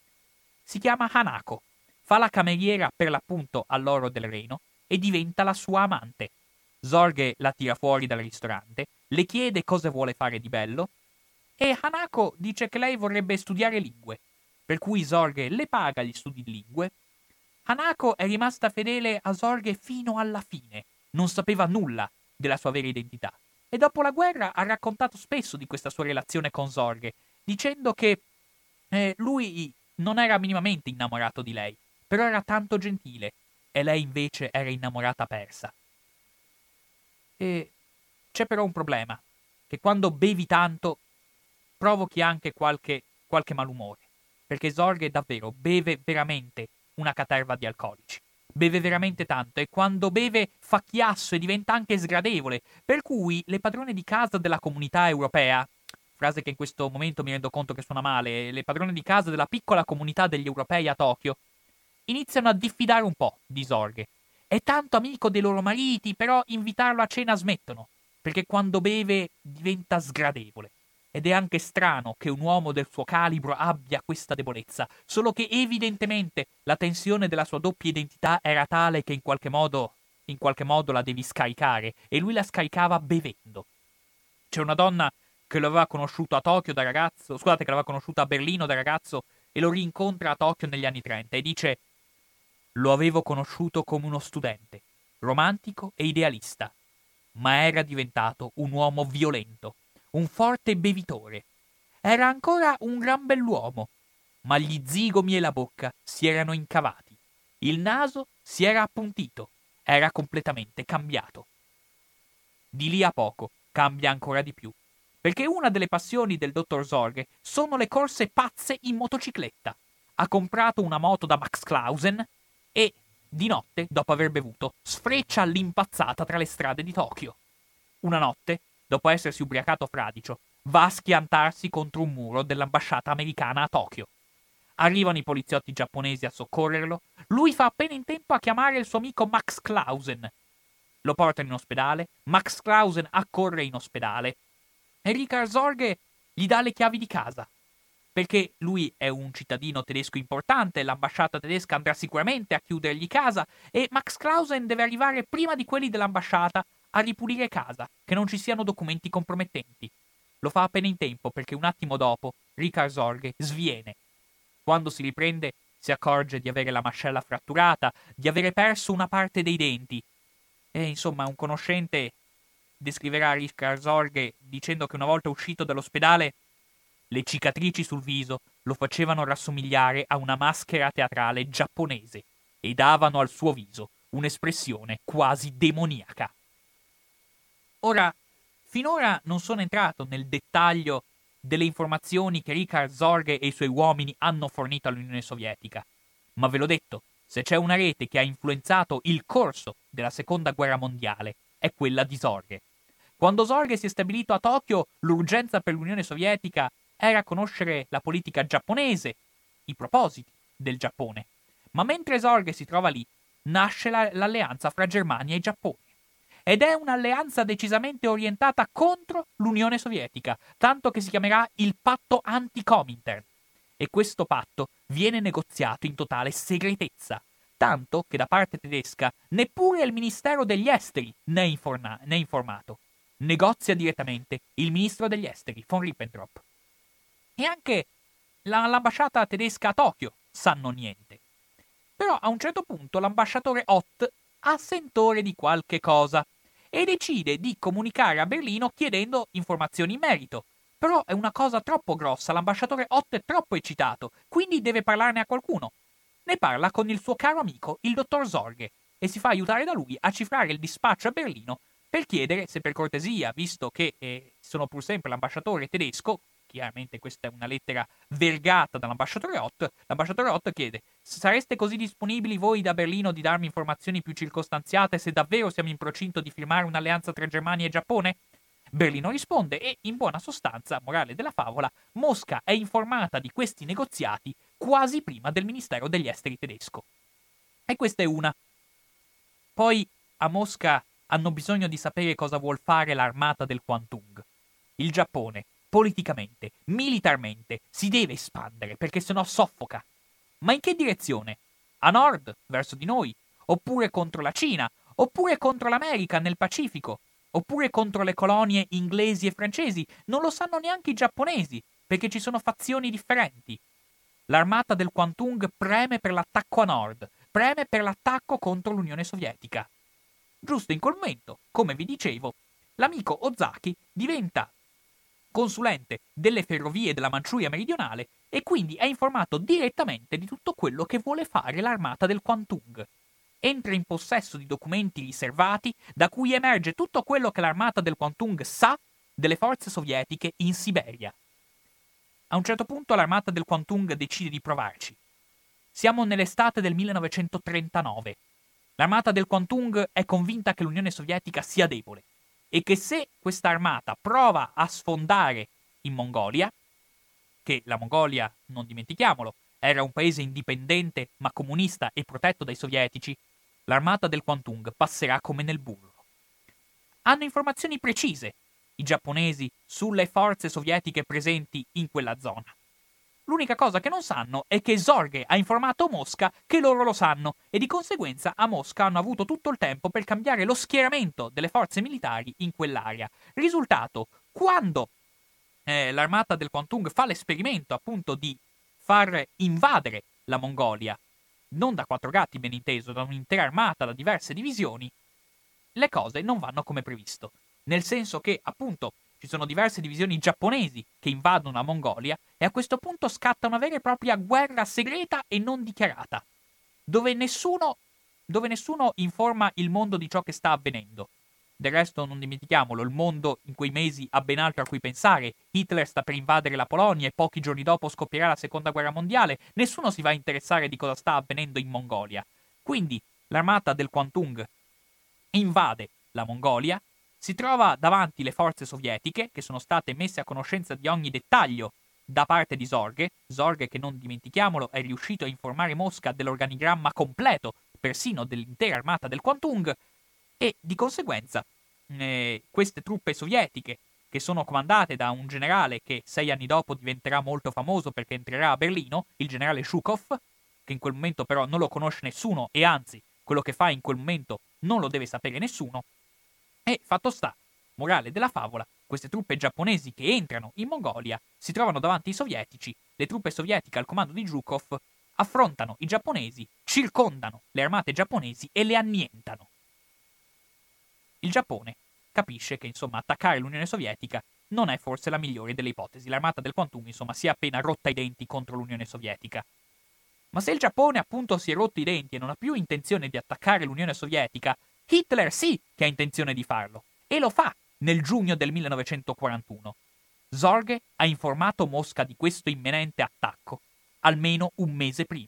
Si chiama Hanako, fa la cameriera per l'appunto all'Oro del Reno e diventa la sua amante. Zorg la tira fuori dal ristorante, le chiede cosa vuole fare di bello e Hanako dice che lei vorrebbe studiare lingue, per cui Zorg le paga gli studi di lingue. Hanako è rimasta fedele a Zorg fino alla fine, non sapeva nulla della sua vera identità e dopo la guerra ha raccontato spesso di questa sua relazione con Zorg, dicendo che eh, lui non era minimamente innamorato di lei, però era tanto gentile e lei invece era innamorata persa. E c'è però un problema, che quando bevi tanto provochi anche qualche, qualche malumore, perché Zorg davvero beve veramente una caterva di alcolici. Beve veramente tanto e quando beve fa chiasso e diventa anche sgradevole, per cui le padrone di casa della comunità europea, frase che in questo momento mi rendo conto che suona male, le padrone di casa della piccola comunità degli europei a Tokyo, iniziano a diffidare un po' di Zorg. È tanto amico dei loro mariti, però invitarlo a cena smettono, perché quando beve diventa sgradevole. Ed è anche strano che un uomo del suo calibro abbia questa debolezza, solo che evidentemente la tensione della sua doppia identità era tale che in qualche modo, in qualche modo la devi scaricare, e lui la scaricava bevendo. C'è una donna che lo aveva conosciuto a Tokyo da ragazzo, scusate, che l'aveva conosciuto a Berlino da ragazzo e lo rincontra a Tokyo negli anni trenta e dice: lo avevo conosciuto come uno studente, romantico e idealista, ma era diventato un uomo violento, un forte bevitore. Era ancora un gran bell'uomo, ma gli zigomi e la bocca si erano incavati. Il naso si era appuntito, era completamente cambiato. Di lì a poco cambia ancora di più, perché una delle passioni del dottor Zorg sono le corse pazze in motocicletta. Ha comprato una moto da Max Clausen e, di notte, dopo aver bevuto, sfreccia all'impazzata tra le strade di Tokyo. Una notte, dopo essersi ubriacato fradicio, va a schiantarsi contro un muro dell'ambasciata americana a Tokyo. Arrivano i poliziotti giapponesi a soccorrerlo, lui fa appena in tempo a chiamare il suo amico Max Clausen. Lo portano in ospedale, Max Clausen accorre in ospedale e Richard Zorg gli dà le chiavi di casa, perché lui è un cittadino tedesco importante, l'ambasciata tedesca andrà sicuramente a chiudergli casa e Max Clausen deve arrivare prima di quelli dell'ambasciata a ripulire casa, che non ci siano documenti compromettenti. Lo fa appena in tempo perché un attimo dopo Richard Zorge sviene. Quando si riprende si accorge di avere la mascella fratturata, di avere perso una parte dei denti. E insomma un conoscente descriverà Richard Zorge dicendo che una volta uscito dall'ospedale le cicatrici sul viso lo facevano rassomigliare a una maschera teatrale giapponese e davano al suo viso un'espressione quasi demoniaca. Ora, finora non sono entrato nel dettaglio delle informazioni che Richard Zorge e i suoi uomini hanno fornito all'Unione Sovietica, ma ve l'ho detto, se c'è una rete che ha influenzato il corso della Seconda Guerra Mondiale, è quella di Zorge. Quando Zorge si è stabilito a Tokyo, l'urgenza per l'Unione Sovietica era conoscere la politica giapponese, i propositi del Giappone. Ma mentre Zorge si trova lì, nasce la, l'alleanza fra Germania e Giappone. Ed è un'alleanza decisamente orientata contro l'Unione Sovietica, tanto che si chiamerà il patto anti-Comintern. E questo patto viene negoziato in totale segretezza, tanto che da parte tedesca neppure il Ministero degli Esteri ne è, inforna- ne è informato. Negozia direttamente il ministro degli Esteri, von Ribbentrop. E anche la, l'ambasciata tedesca a Tokyo sanno niente. Però a un certo punto l'ambasciatore Ott ha sentore di qualche cosa e decide di comunicare a Berlino chiedendo informazioni in merito. Però è una cosa troppo grossa, l'ambasciatore Ott è troppo eccitato, quindi deve parlarne a qualcuno. Ne parla con il suo caro amico, il dottor Zorge, e si fa aiutare da lui a cifrare il dispaccio a Berlino per chiedere se per cortesia, visto che eh, sono pur sempre l'ambasciatore tedesco, chiaramente questa è una lettera vergata dall'ambasciatore Ott, l'ambasciatore Ott chiede: sareste così disponibili voi da Berlino di darmi informazioni più circostanziate se davvero siamo in procinto di firmare un'alleanza tra Germania e Giappone? Berlino risponde e, in buona sostanza, morale della favola, Mosca è informata di questi negoziati quasi prima del Ministero degli Esteri tedesco. E questa è una. Poi a Mosca hanno bisogno di sapere cosa vuol fare l'armata del Kwantung. Il Giappone, politicamente, militarmente, si deve espandere perché sennò soffoca. Ma in che direzione? A nord, verso di noi, oppure contro la Cina, oppure contro l'America nel Pacifico, oppure contro le colonie inglesi e francesi? Non lo sanno neanche i giapponesi, perché ci sono fazioni differenti. L'armata del Kwantung preme per l'attacco a nord, preme per l'attacco contro l'Unione Sovietica. Giusto in quel momento, come vi dicevo, l'amico Ozaki diventa consulente delle ferrovie della Manciuria meridionale e quindi è informato direttamente di tutto quello che vuole fare l'armata del Kwantung. Entra in possesso di documenti riservati da cui emerge tutto quello che l'armata del Kwantung sa delle forze sovietiche in Siberia. A un certo punto l'armata del Kwantung decide di provarci. Siamo nell'estate del millenovecentotrentanove. L'armata del Kwantung è convinta che l'Unione Sovietica sia debole e che se questa armata prova a sfondare in Mongolia, che la Mongolia, non dimentichiamolo, era un paese indipendente ma comunista e protetto dai sovietici, l'armata del Kwantung passerà come nel burro. Hanno informazioni precise i giapponesi sulle forze sovietiche presenti in quella zona. L'unica cosa che non sanno è che Zorge ha informato Mosca che loro lo sanno e di conseguenza a Mosca hanno avuto tutto il tempo per cambiare lo schieramento delle forze militari in quell'area. Risultato, quando eh, l'armata del Kwantung fa l'esperimento appunto di far invadere la Mongolia, non da quattro gatti ben inteso, da un'intera armata, da diverse divisioni, le cose non vanno come previsto. Nel senso che, appunto, ci sono diverse divisioni giapponesi che invadono la Mongolia e a questo punto scatta una vera e propria guerra segreta e non dichiarata, dove nessuno, dove nessuno informa il mondo di ciò che sta avvenendo. Del resto, non dimentichiamolo, il mondo in quei mesi ha ben altro a cui pensare. Hitler sta per invadere la Polonia e pochi giorni dopo scoppierà la Seconda Guerra Mondiale. Nessuno si va a interessare di cosa sta avvenendo in Mongolia. Quindi, l'armata del Kwantung invade la Mongolia, si trova davanti le forze sovietiche, che sono state messe a conoscenza di ogni dettaglio da parte di Zorge, Zorge che, non dimentichiamolo, è riuscito a informare Mosca dell'organigramma completo, persino dell'intera armata del Kwantung, e di conseguenza eh, queste truppe sovietiche, che sono comandate da un generale che sei anni dopo diventerà molto famoso perché entrerà a Berlino, il generale Zhukov, che in quel momento però non lo conosce nessuno e anzi, quello che fa in quel momento non lo deve sapere nessuno, E fatto sta, morale della favola, queste truppe giapponesi che entrano in Mongolia si trovano davanti ai sovietici, le truppe sovietiche al comando di Zhukov affrontano i giapponesi, circondano le armate giapponesi e le annientano. Il Giappone capisce che, insomma, attaccare l'Unione Sovietica non è forse la migliore delle ipotesi. L'armata del Kwantung, insomma, si è appena rotta i denti contro l'Unione Sovietica. Ma se il Giappone, appunto, si è rotto i denti e non ha più intenzione di attaccare l'Unione Sovietica, Hitler sì che ha intenzione di farlo. E lo fa nel giugno del millenovecentoquarantuno. Zorge ha informato Mosca di questo imminente attacco almeno un mese prima.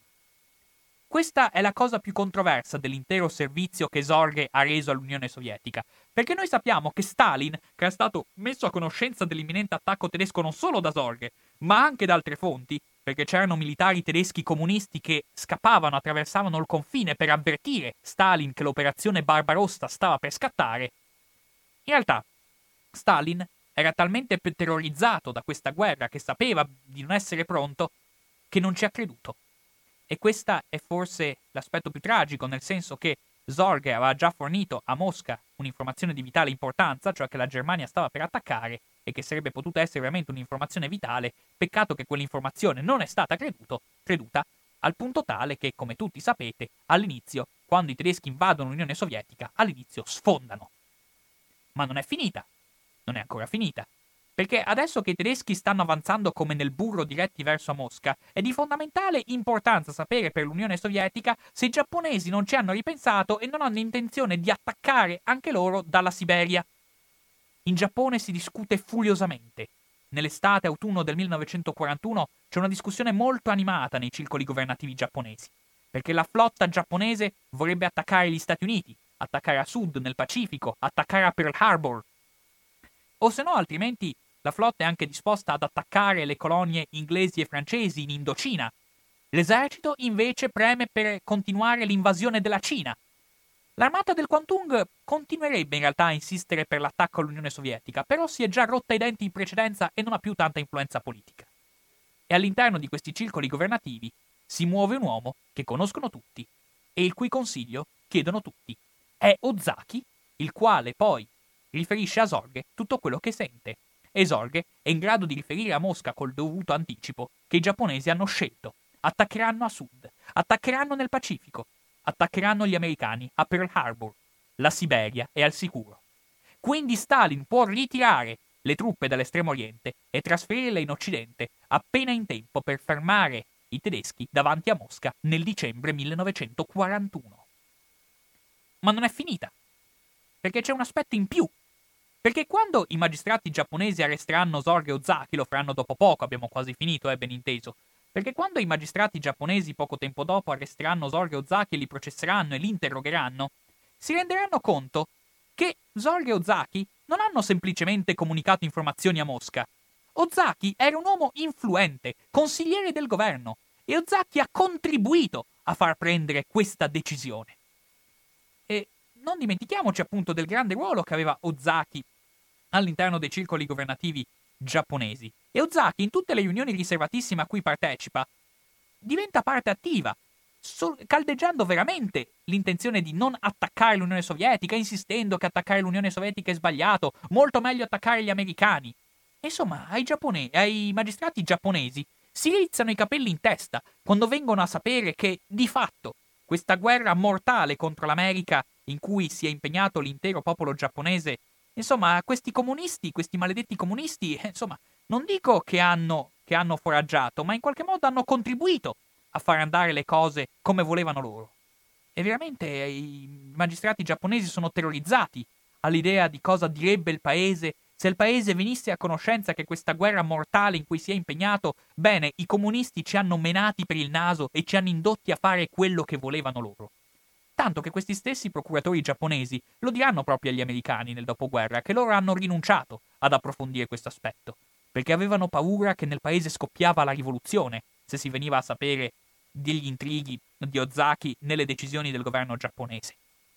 Questa è la cosa più controversa dell'intero servizio che Zorge ha reso all'Unione Sovietica, perché noi sappiamo che Stalin, che era stato messo a conoscenza dell'imminente attacco tedesco non solo da Zorge, ma anche da altre fonti, perché c'erano militari tedeschi comunisti che scappavano, attraversavano il confine per avvertire Stalin che l'operazione Barbarossa stava per scattare, in realtà Stalin era talmente terrorizzato da questa guerra, che sapeva di non essere pronto, che non ci ha creduto. E questo è forse l'aspetto più tragico, nel senso che Zorge aveva già fornito a Mosca un'informazione di vitale importanza, cioè che la Germania stava per attaccare e che sarebbe potuta essere veramente un'informazione vitale. Peccato che quell'informazione non è stata creduto, creduta, al punto tale che, come tutti sapete, all'inizio, quando i tedeschi invadono l'Unione Sovietica, all'inizio sfondano. Ma non è finita, non è ancora finita. Perché adesso che i tedeschi stanno avanzando come nel burro diretti verso Mosca, è di fondamentale importanza sapere per l'Unione Sovietica se i giapponesi non ci hanno ripensato e non hanno intenzione di attaccare anche loro dalla Siberia. In Giappone si discute furiosamente. Nell'estate-autunno del millenovecentoquarantuno c'è una discussione molto animata nei circoli governativi giapponesi, perché la flotta giapponese vorrebbe attaccare gli Stati Uniti, attaccare a sud nel Pacifico, attaccare a Pearl Harbor. O se no, altrimenti, la flotta è anche disposta ad attaccare le colonie inglesi e francesi in Indocina. L'esercito invece preme per continuare l'invasione della Cina. L'armata del Kwantung continuerebbe in realtà a insistere per l'attacco all'Unione Sovietica, però si è già rotta i denti in precedenza e non ha più tanta influenza politica. E all'interno di questi circoli governativi si muove un uomo che conoscono tutti e il cui consiglio chiedono tutti. È Ozaki, il quale poi riferisce a Zorge tutto quello che sente. E Zorge è in grado di riferire a Mosca col dovuto anticipo che i giapponesi hanno scelto. Attaccheranno a sud, attaccheranno nel Pacifico, attaccheranno gli americani a Pearl Harbor. La Siberia è al sicuro. Quindi Stalin può ritirare le truppe dall'estremo oriente e trasferirle in occidente appena in tempo per fermare i tedeschi davanti a Mosca nel dicembre millenovecentoquarantuno. Ma non è finita, perché c'è un aspetto in più. Perché quando i magistrati giapponesi arresteranno Zorge e Ozaki, lo faranno dopo poco, abbiamo quasi finito, è eh, ben inteso, perché quando i magistrati giapponesi poco tempo dopo arresteranno Zorge e Ozaki e li processeranno e li interrogheranno, si renderanno conto che Zorge e Ozaki non hanno semplicemente comunicato informazioni a Mosca. Ozaki era un uomo influente, consigliere del governo, e Ozaki ha contribuito a far prendere questa decisione. E non dimentichiamoci appunto del grande ruolo che aveva Ozaki all'interno dei circoli governativi giapponesi. E Ozaki, in tutte le riunioni riservatissime a cui partecipa, diventa parte attiva, so- caldeggiando veramente l'intenzione di non attaccare l'Unione Sovietica, insistendo che attaccare l'Unione Sovietica è sbagliato, molto meglio attaccare gli americani. E insomma, ai, giappone- ai magistrati giapponesi si rizzano i capelli in testa quando vengono a sapere che, di fatto, questa guerra mortale contro l'America, in cui si è impegnato l'intero popolo giapponese, insomma, questi comunisti, questi maledetti comunisti, insomma, non dico che hanno, che hanno foraggiato, ma in qualche modo hanno contribuito a far andare le cose come volevano loro. E veramente i magistrati giapponesi sono terrorizzati all'idea di cosa direbbe il paese se il paese venisse a conoscenza che questa guerra mortale in cui si è impegnato, bene, i comunisti ci hanno menati per il naso e ci hanno indotti a fare quello che volevano loro. Tanto che questi stessi procuratori giapponesi lo diranno proprio agli americani nel dopoguerra che loro hanno rinunciato ad approfondire questo aspetto, perché avevano paura che nel paese scoppiava la rivoluzione se si veniva a sapere degli intrighi di Ozaki nelle decisioni del governo giapponese.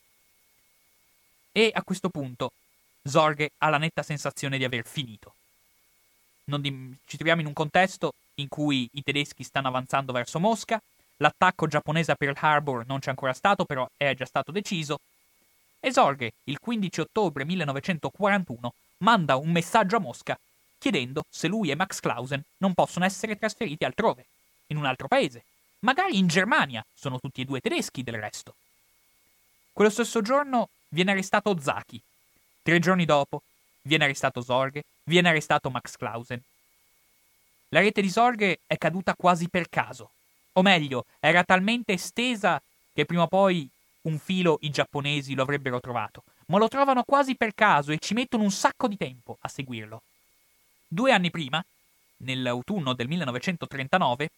E a questo punto Zorge ha la netta sensazione di aver finito. Non di... Ci troviamo in un contesto in cui i tedeschi stanno avanzando verso Mosca, l'attacco giapponese a Pearl Harbor non c'è ancora stato, però è già stato deciso, e Zorge, il quindici ottobre millenovecentoquarantuno, manda un messaggio a Mosca chiedendo se lui e Max Clausen non possono essere trasferiti altrove, in un altro paese, magari in Germania, sono tutti e due tedeschi del resto. Quello stesso giorno viene arrestato Ozaki. Tre giorni dopo viene arrestato Zorge, viene arrestato Max Clausen. La rete di Zorge è caduta quasi per caso, o meglio, era talmente estesa che prima o poi un filo i giapponesi lo avrebbero trovato, ma lo trovano quasi per caso e ci mettono un sacco di tempo a seguirlo. Due anni prima, nell'autunno del millenovecentotrentanove,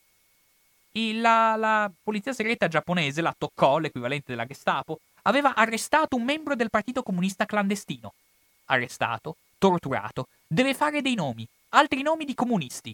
la, la polizia segreta giapponese, la Tokko, l'equivalente della Gestapo, aveva arrestato un membro del Partito Comunista clandestino. Arrestato, torturato, deve fare dei nomi, altri nomi di comunisti.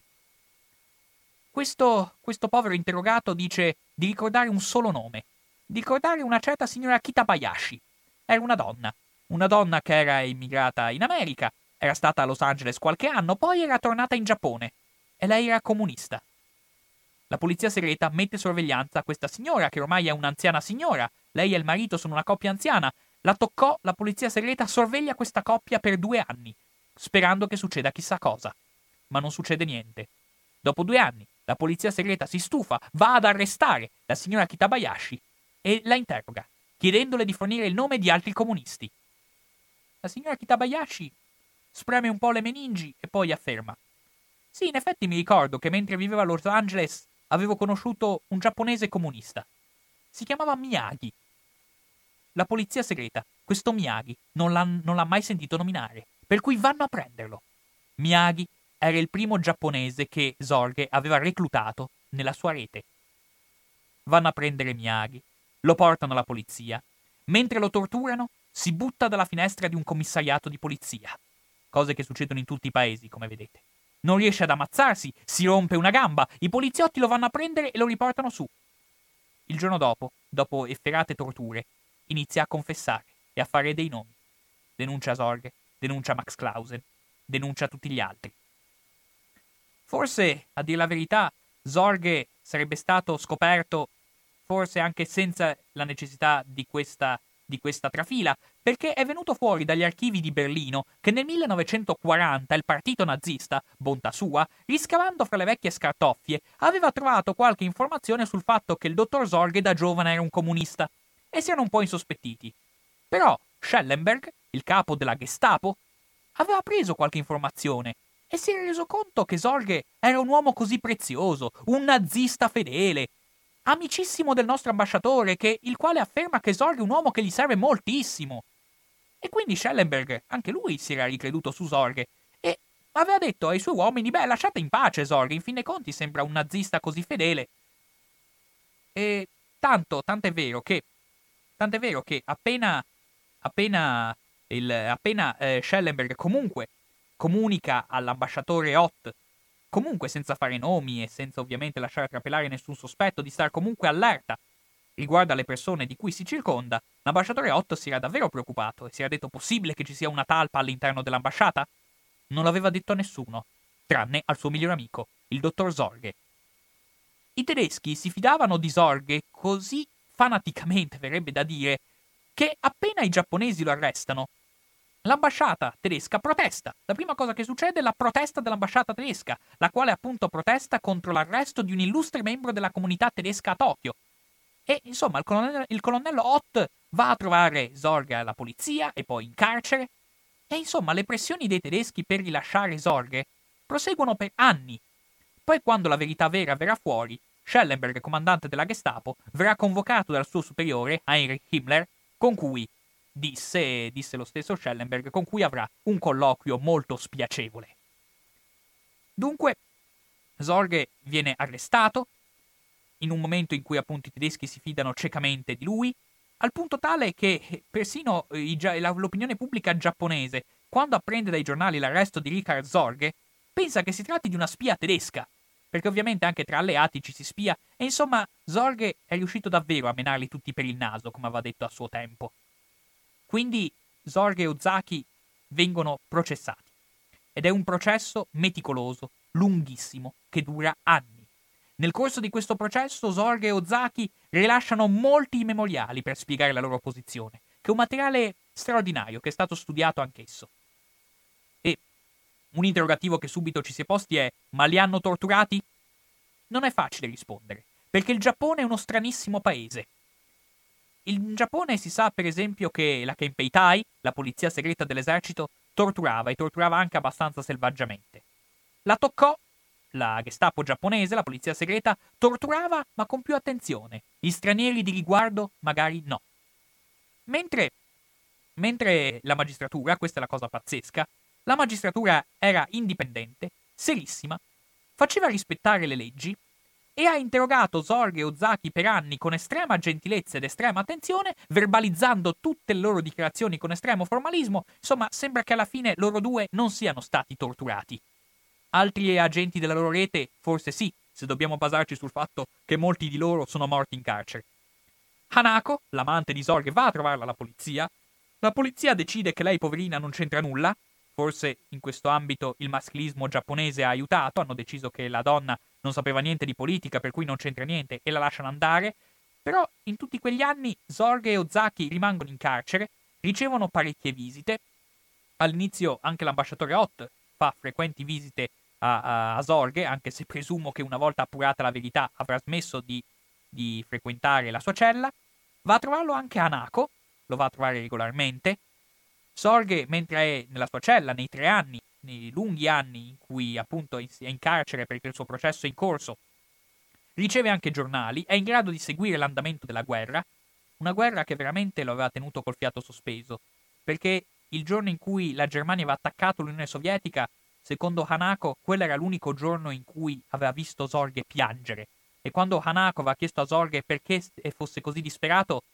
Questo, questo povero interrogato dice di ricordare un solo nome, di ricordare una certa signora Kitabayashi. Era una donna, una donna che era immigrata in America, era stata a Los Angeles qualche anno, poi era tornata in Giappone e lei era comunista. La polizia segreta mette sorveglianza a questa signora, che ormai è un'anziana signora. Lei e il marito sono una coppia anziana. La Tokko, la polizia segreta, sorveglia questa coppia per due anni, sperando che succeda chissà cosa. Ma non succede niente. Dopo due anni, la polizia segreta si stufa, va ad arrestare la signora Kitabayashi e la interroga, chiedendole di fornire il nome di altri comunisti. La signora Kitabayashi spreme un po' le meningi e poi afferma: sì, in effetti mi ricordo che mentre vivevo a Los Angeles avevo conosciuto un giapponese comunista. Si chiamava Miyagi. La polizia segreta, questo Miyagi, non l'ha, non l'ha mai sentito nominare, per cui vanno a prenderlo. Miyagi era il primo giapponese che Zorge aveva reclutato nella sua rete. Vanno a prendere Miyagi, lo portano alla polizia. Mentre lo torturano, si butta dalla finestra di un commissariato di polizia. Cose che succedono in tutti i paesi, come vedete. Non riesce ad ammazzarsi, si rompe una gamba, i poliziotti lo vanno a prendere e lo riportano su. Il giorno dopo, dopo efferate torture, inizia a confessare e a fare dei nomi. Denuncia Zorge, denuncia Max Clausen, denuncia tutti gli altri. Forse, a dir la verità, Zorge sarebbe stato scoperto forse anche senza la necessità di questa, di questa trafila, perché è venuto fuori dagli archivi di Berlino che nel millenovecentoquaranta il partito nazista, bontà sua, riscavando fra le vecchie scartoffie, aveva trovato qualche informazione sul fatto che il dottor Zorge da giovane era un comunista, e si erano un po' insospettiti. Però Schellenberg, il capo della Gestapo, aveva preso qualche informazione e si era reso conto che Zorge era un uomo così prezioso, un nazista fedele, amicissimo del nostro ambasciatore, che, il quale afferma che Zorge è un uomo che gli serve moltissimo. E quindi Schellenberg, anche lui, si era ricreduto su Zorge e aveva detto ai suoi uomini: beh, lasciate in pace Zorge, in fin dei conti sembra un nazista così fedele. E tanto, tanto è vero che, tanto è vero che appena, appena, il, appena eh, Schellenberg comunque comunica all'ambasciatore Ott, comunque senza fare nomi e senza ovviamente lasciare trapelare nessun sospetto, di star comunque allerta riguardo alle persone di cui si circonda, l'ambasciatore Ott si era davvero preoccupato e si era detto: possibile che ci sia una talpa all'interno dell'ambasciata? Non l'aveva detto a nessuno, tranne al suo miglior amico, il dottor Zorge. I tedeschi si fidavano di Zorge così fanaticamente, verrebbe da dire, che appena i giapponesi lo arrestano, l'ambasciata tedesca protesta. La prima cosa che succede è la protesta dell'ambasciata tedesca, la quale appunto protesta contro l'arresto di un illustre membro della comunità tedesca a Tokyo. E insomma il colonnello, il colonnello Ott va a trovare Zorge alla polizia e poi in carcere. E insomma le pressioni dei tedeschi per rilasciare Zorge proseguono per anni. Poi quando la verità vera verrà fuori, Schellenberg, comandante della Gestapo, verrà convocato dal suo superiore, Heinrich Himmler, con cui Disse, disse lo stesso Schellenberg, con cui avrà un colloquio molto spiacevole. Dunque, Zorge viene arrestato, in un momento in cui appunto i tedeschi si fidano ciecamente di lui, al punto tale che persino i, l'opinione pubblica giapponese, quando apprende dai giornali l'arresto di Richard Zorge, pensa che si tratti di una spia tedesca, perché ovviamente anche tra alleati ci si spia, e insomma Zorge è riuscito davvero a menarli tutti per il naso, come aveva detto a suo tempo. Quindi Zorge e Ozaki vengono processati. Ed è un processo meticoloso, lunghissimo, che dura anni. Nel corso di questo processo Zorge e Ozaki rilasciano molti memoriali per spiegare la loro posizione, che è un materiale straordinario che è stato studiato anch'esso. E un interrogativo che subito ci si è posti è: ma li hanno torturati? Non è facile rispondere, perché il Giappone è uno stranissimo paese. In Giappone si sa per esempio che la Kempeitai, la polizia segreta dell'esercito, torturava e torturava anche abbastanza selvaggiamente. La Tokko, la Gestapo giapponese, la polizia segreta, torturava ma con più attenzione. Gli stranieri di riguardo magari no. Mentre, mentre la magistratura, questa è la cosa pazzesca, la magistratura era indipendente, serissima, faceva rispettare le leggi e ha interrogato Sorge e Ozaki per anni con estrema gentilezza ed estrema attenzione, verbalizzando tutte le loro dichiarazioni con estremo formalismo. Insomma, sembra che alla fine loro due non siano stati torturati. Altri agenti della loro rete forse sì, se dobbiamo basarci sul fatto che molti di loro sono morti in carcere. Hanako, l'amante di Sorge, va a trovarla alla polizia. La polizia decide che lei, poverina, non c'entra nulla. Forse in questo ambito il maschilismo giapponese ha aiutato, hanno deciso che la donna non sapeva niente di politica, per cui non c'entra niente e la lasciano andare. Però in tutti quegli anni Sorge e Ozaki rimangono in carcere, ricevono parecchie visite. All'inizio anche l'ambasciatore Ott fa frequenti visite a, a, a Sorge, anche se presumo che una volta appurata la verità avrà smesso di, di frequentare la sua cella. Va a trovarlo anche Hanako, lo va a trovare regolarmente. Sorge, mentre è nella sua cella, nei tre anni, nei lunghi anni in cui appunto è in carcere perché il suo processo è in corso, riceve anche giornali, è in grado di seguire l'andamento della guerra, una guerra che veramente lo aveva tenuto col fiato sospeso, perché il giorno in cui la Germania aveva attaccato l'Unione Sovietica, secondo Hanako, quello era l'unico giorno in cui aveva visto Sorge piangere. E quando Hanako aveva chiesto a Sorge perché fosse così disperato,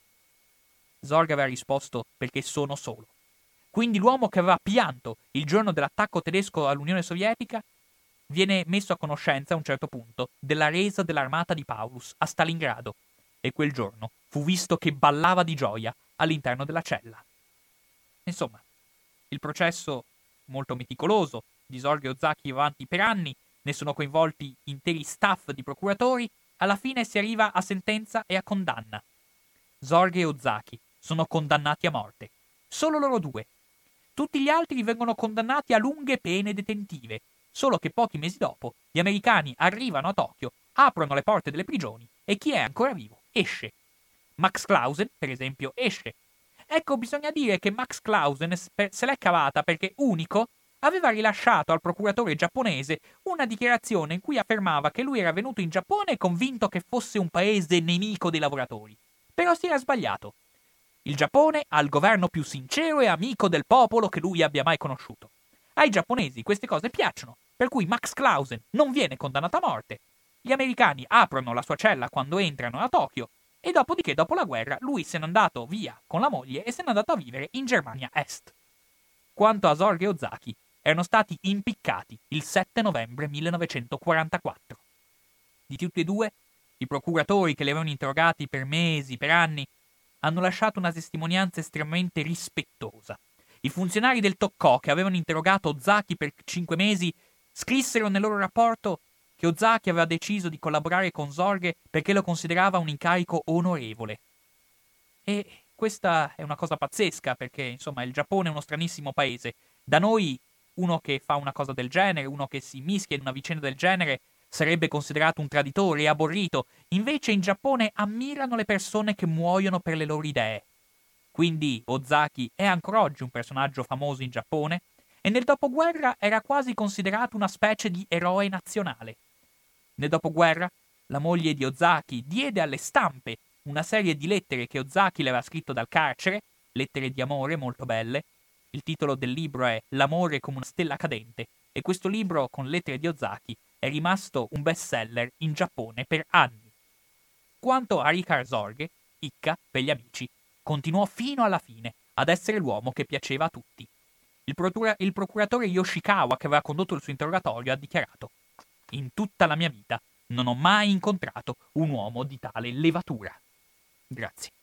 Sorge aveva risposto: perché sono solo. Quindi l'uomo che aveva pianto il giorno dell'attacco tedesco all'Unione Sovietica viene messo a conoscenza a un certo punto della resa dell'armata di Paulus a Stalingrado, e quel giorno fu visto che ballava di gioia all'interno della cella. Insomma, il processo molto meticoloso di Sorge e Ozaki va avanti per anni, ne sono coinvolti interi staff di procuratori, alla fine si arriva a sentenza e a condanna. Sorge e Ozaki sono condannati a morte. Solo loro due. Tutti gli altri vengono condannati a lunghe pene detentive, solo che pochi mesi dopo gli americani arrivano a Tokyo, aprono le porte delle prigioni e chi è ancora vivo esce. Max Clausen, per esempio, esce. Ecco, bisogna dire che Max Clausen se l'è cavata perché Unico aveva rilasciato al procuratore giapponese una dichiarazione in cui affermava che lui era venuto in Giappone convinto che fosse un paese nemico dei lavoratori. Però si era sbagliato. Il Giappone ha il governo più sincero e amico del popolo che lui abbia mai conosciuto. Ai giapponesi queste cose piacciono, per cui Max Clausen non viene condannato a morte. Gli americani aprono la sua cella quando entrano a Tokyo e dopodiché, dopo la guerra, lui se n'è andato via con la moglie e se n'è andato a vivere in Germania Est. Quanto a Sorge e Ozaki, erano stati impiccati il sette novembre millenovecentoquarantaquattro. Di tutti e due, i procuratori che li avevano interrogati per mesi, per anni, hanno lasciato una testimonianza estremamente rispettosa. I funzionari del Tokko che avevano interrogato Ozaki per cinque mesi scrissero nel loro rapporto che Ozaki aveva deciso di collaborare con Sorge perché lo considerava un incarico onorevole. E questa è una cosa pazzesca perché, insomma, il Giappone è uno stranissimo paese. Da noi uno che fa una cosa del genere, uno che si mischia in una vicenda del genere, sarebbe considerato un traditore e aborrito. Invece in Giappone ammirano le persone che muoiono per le loro idee. Quindi Ozaki è ancora oggi un personaggio famoso in Giappone e nel dopoguerra era quasi considerato una specie di eroe nazionale. Nel dopoguerra la moglie di Ozaki diede alle stampe una serie di lettere che Ozaki le aveva scritto dal carcere, lettere di amore molto belle. Il titolo del libro è L'amore come una stella cadente e questo libro con lettere di Ozaki è rimasto un bestseller in Giappone per anni. Quanto a Richard Sorge, Ikka, per gli amici, continuò fino alla fine ad essere l'uomo che piaceva a tutti. Il, procura- il procuratore Yoshikawa, che aveva condotto il suo interrogatorio, ha dichiarato: «In tutta la mia vita non ho mai incontrato un uomo di tale levatura». Grazie.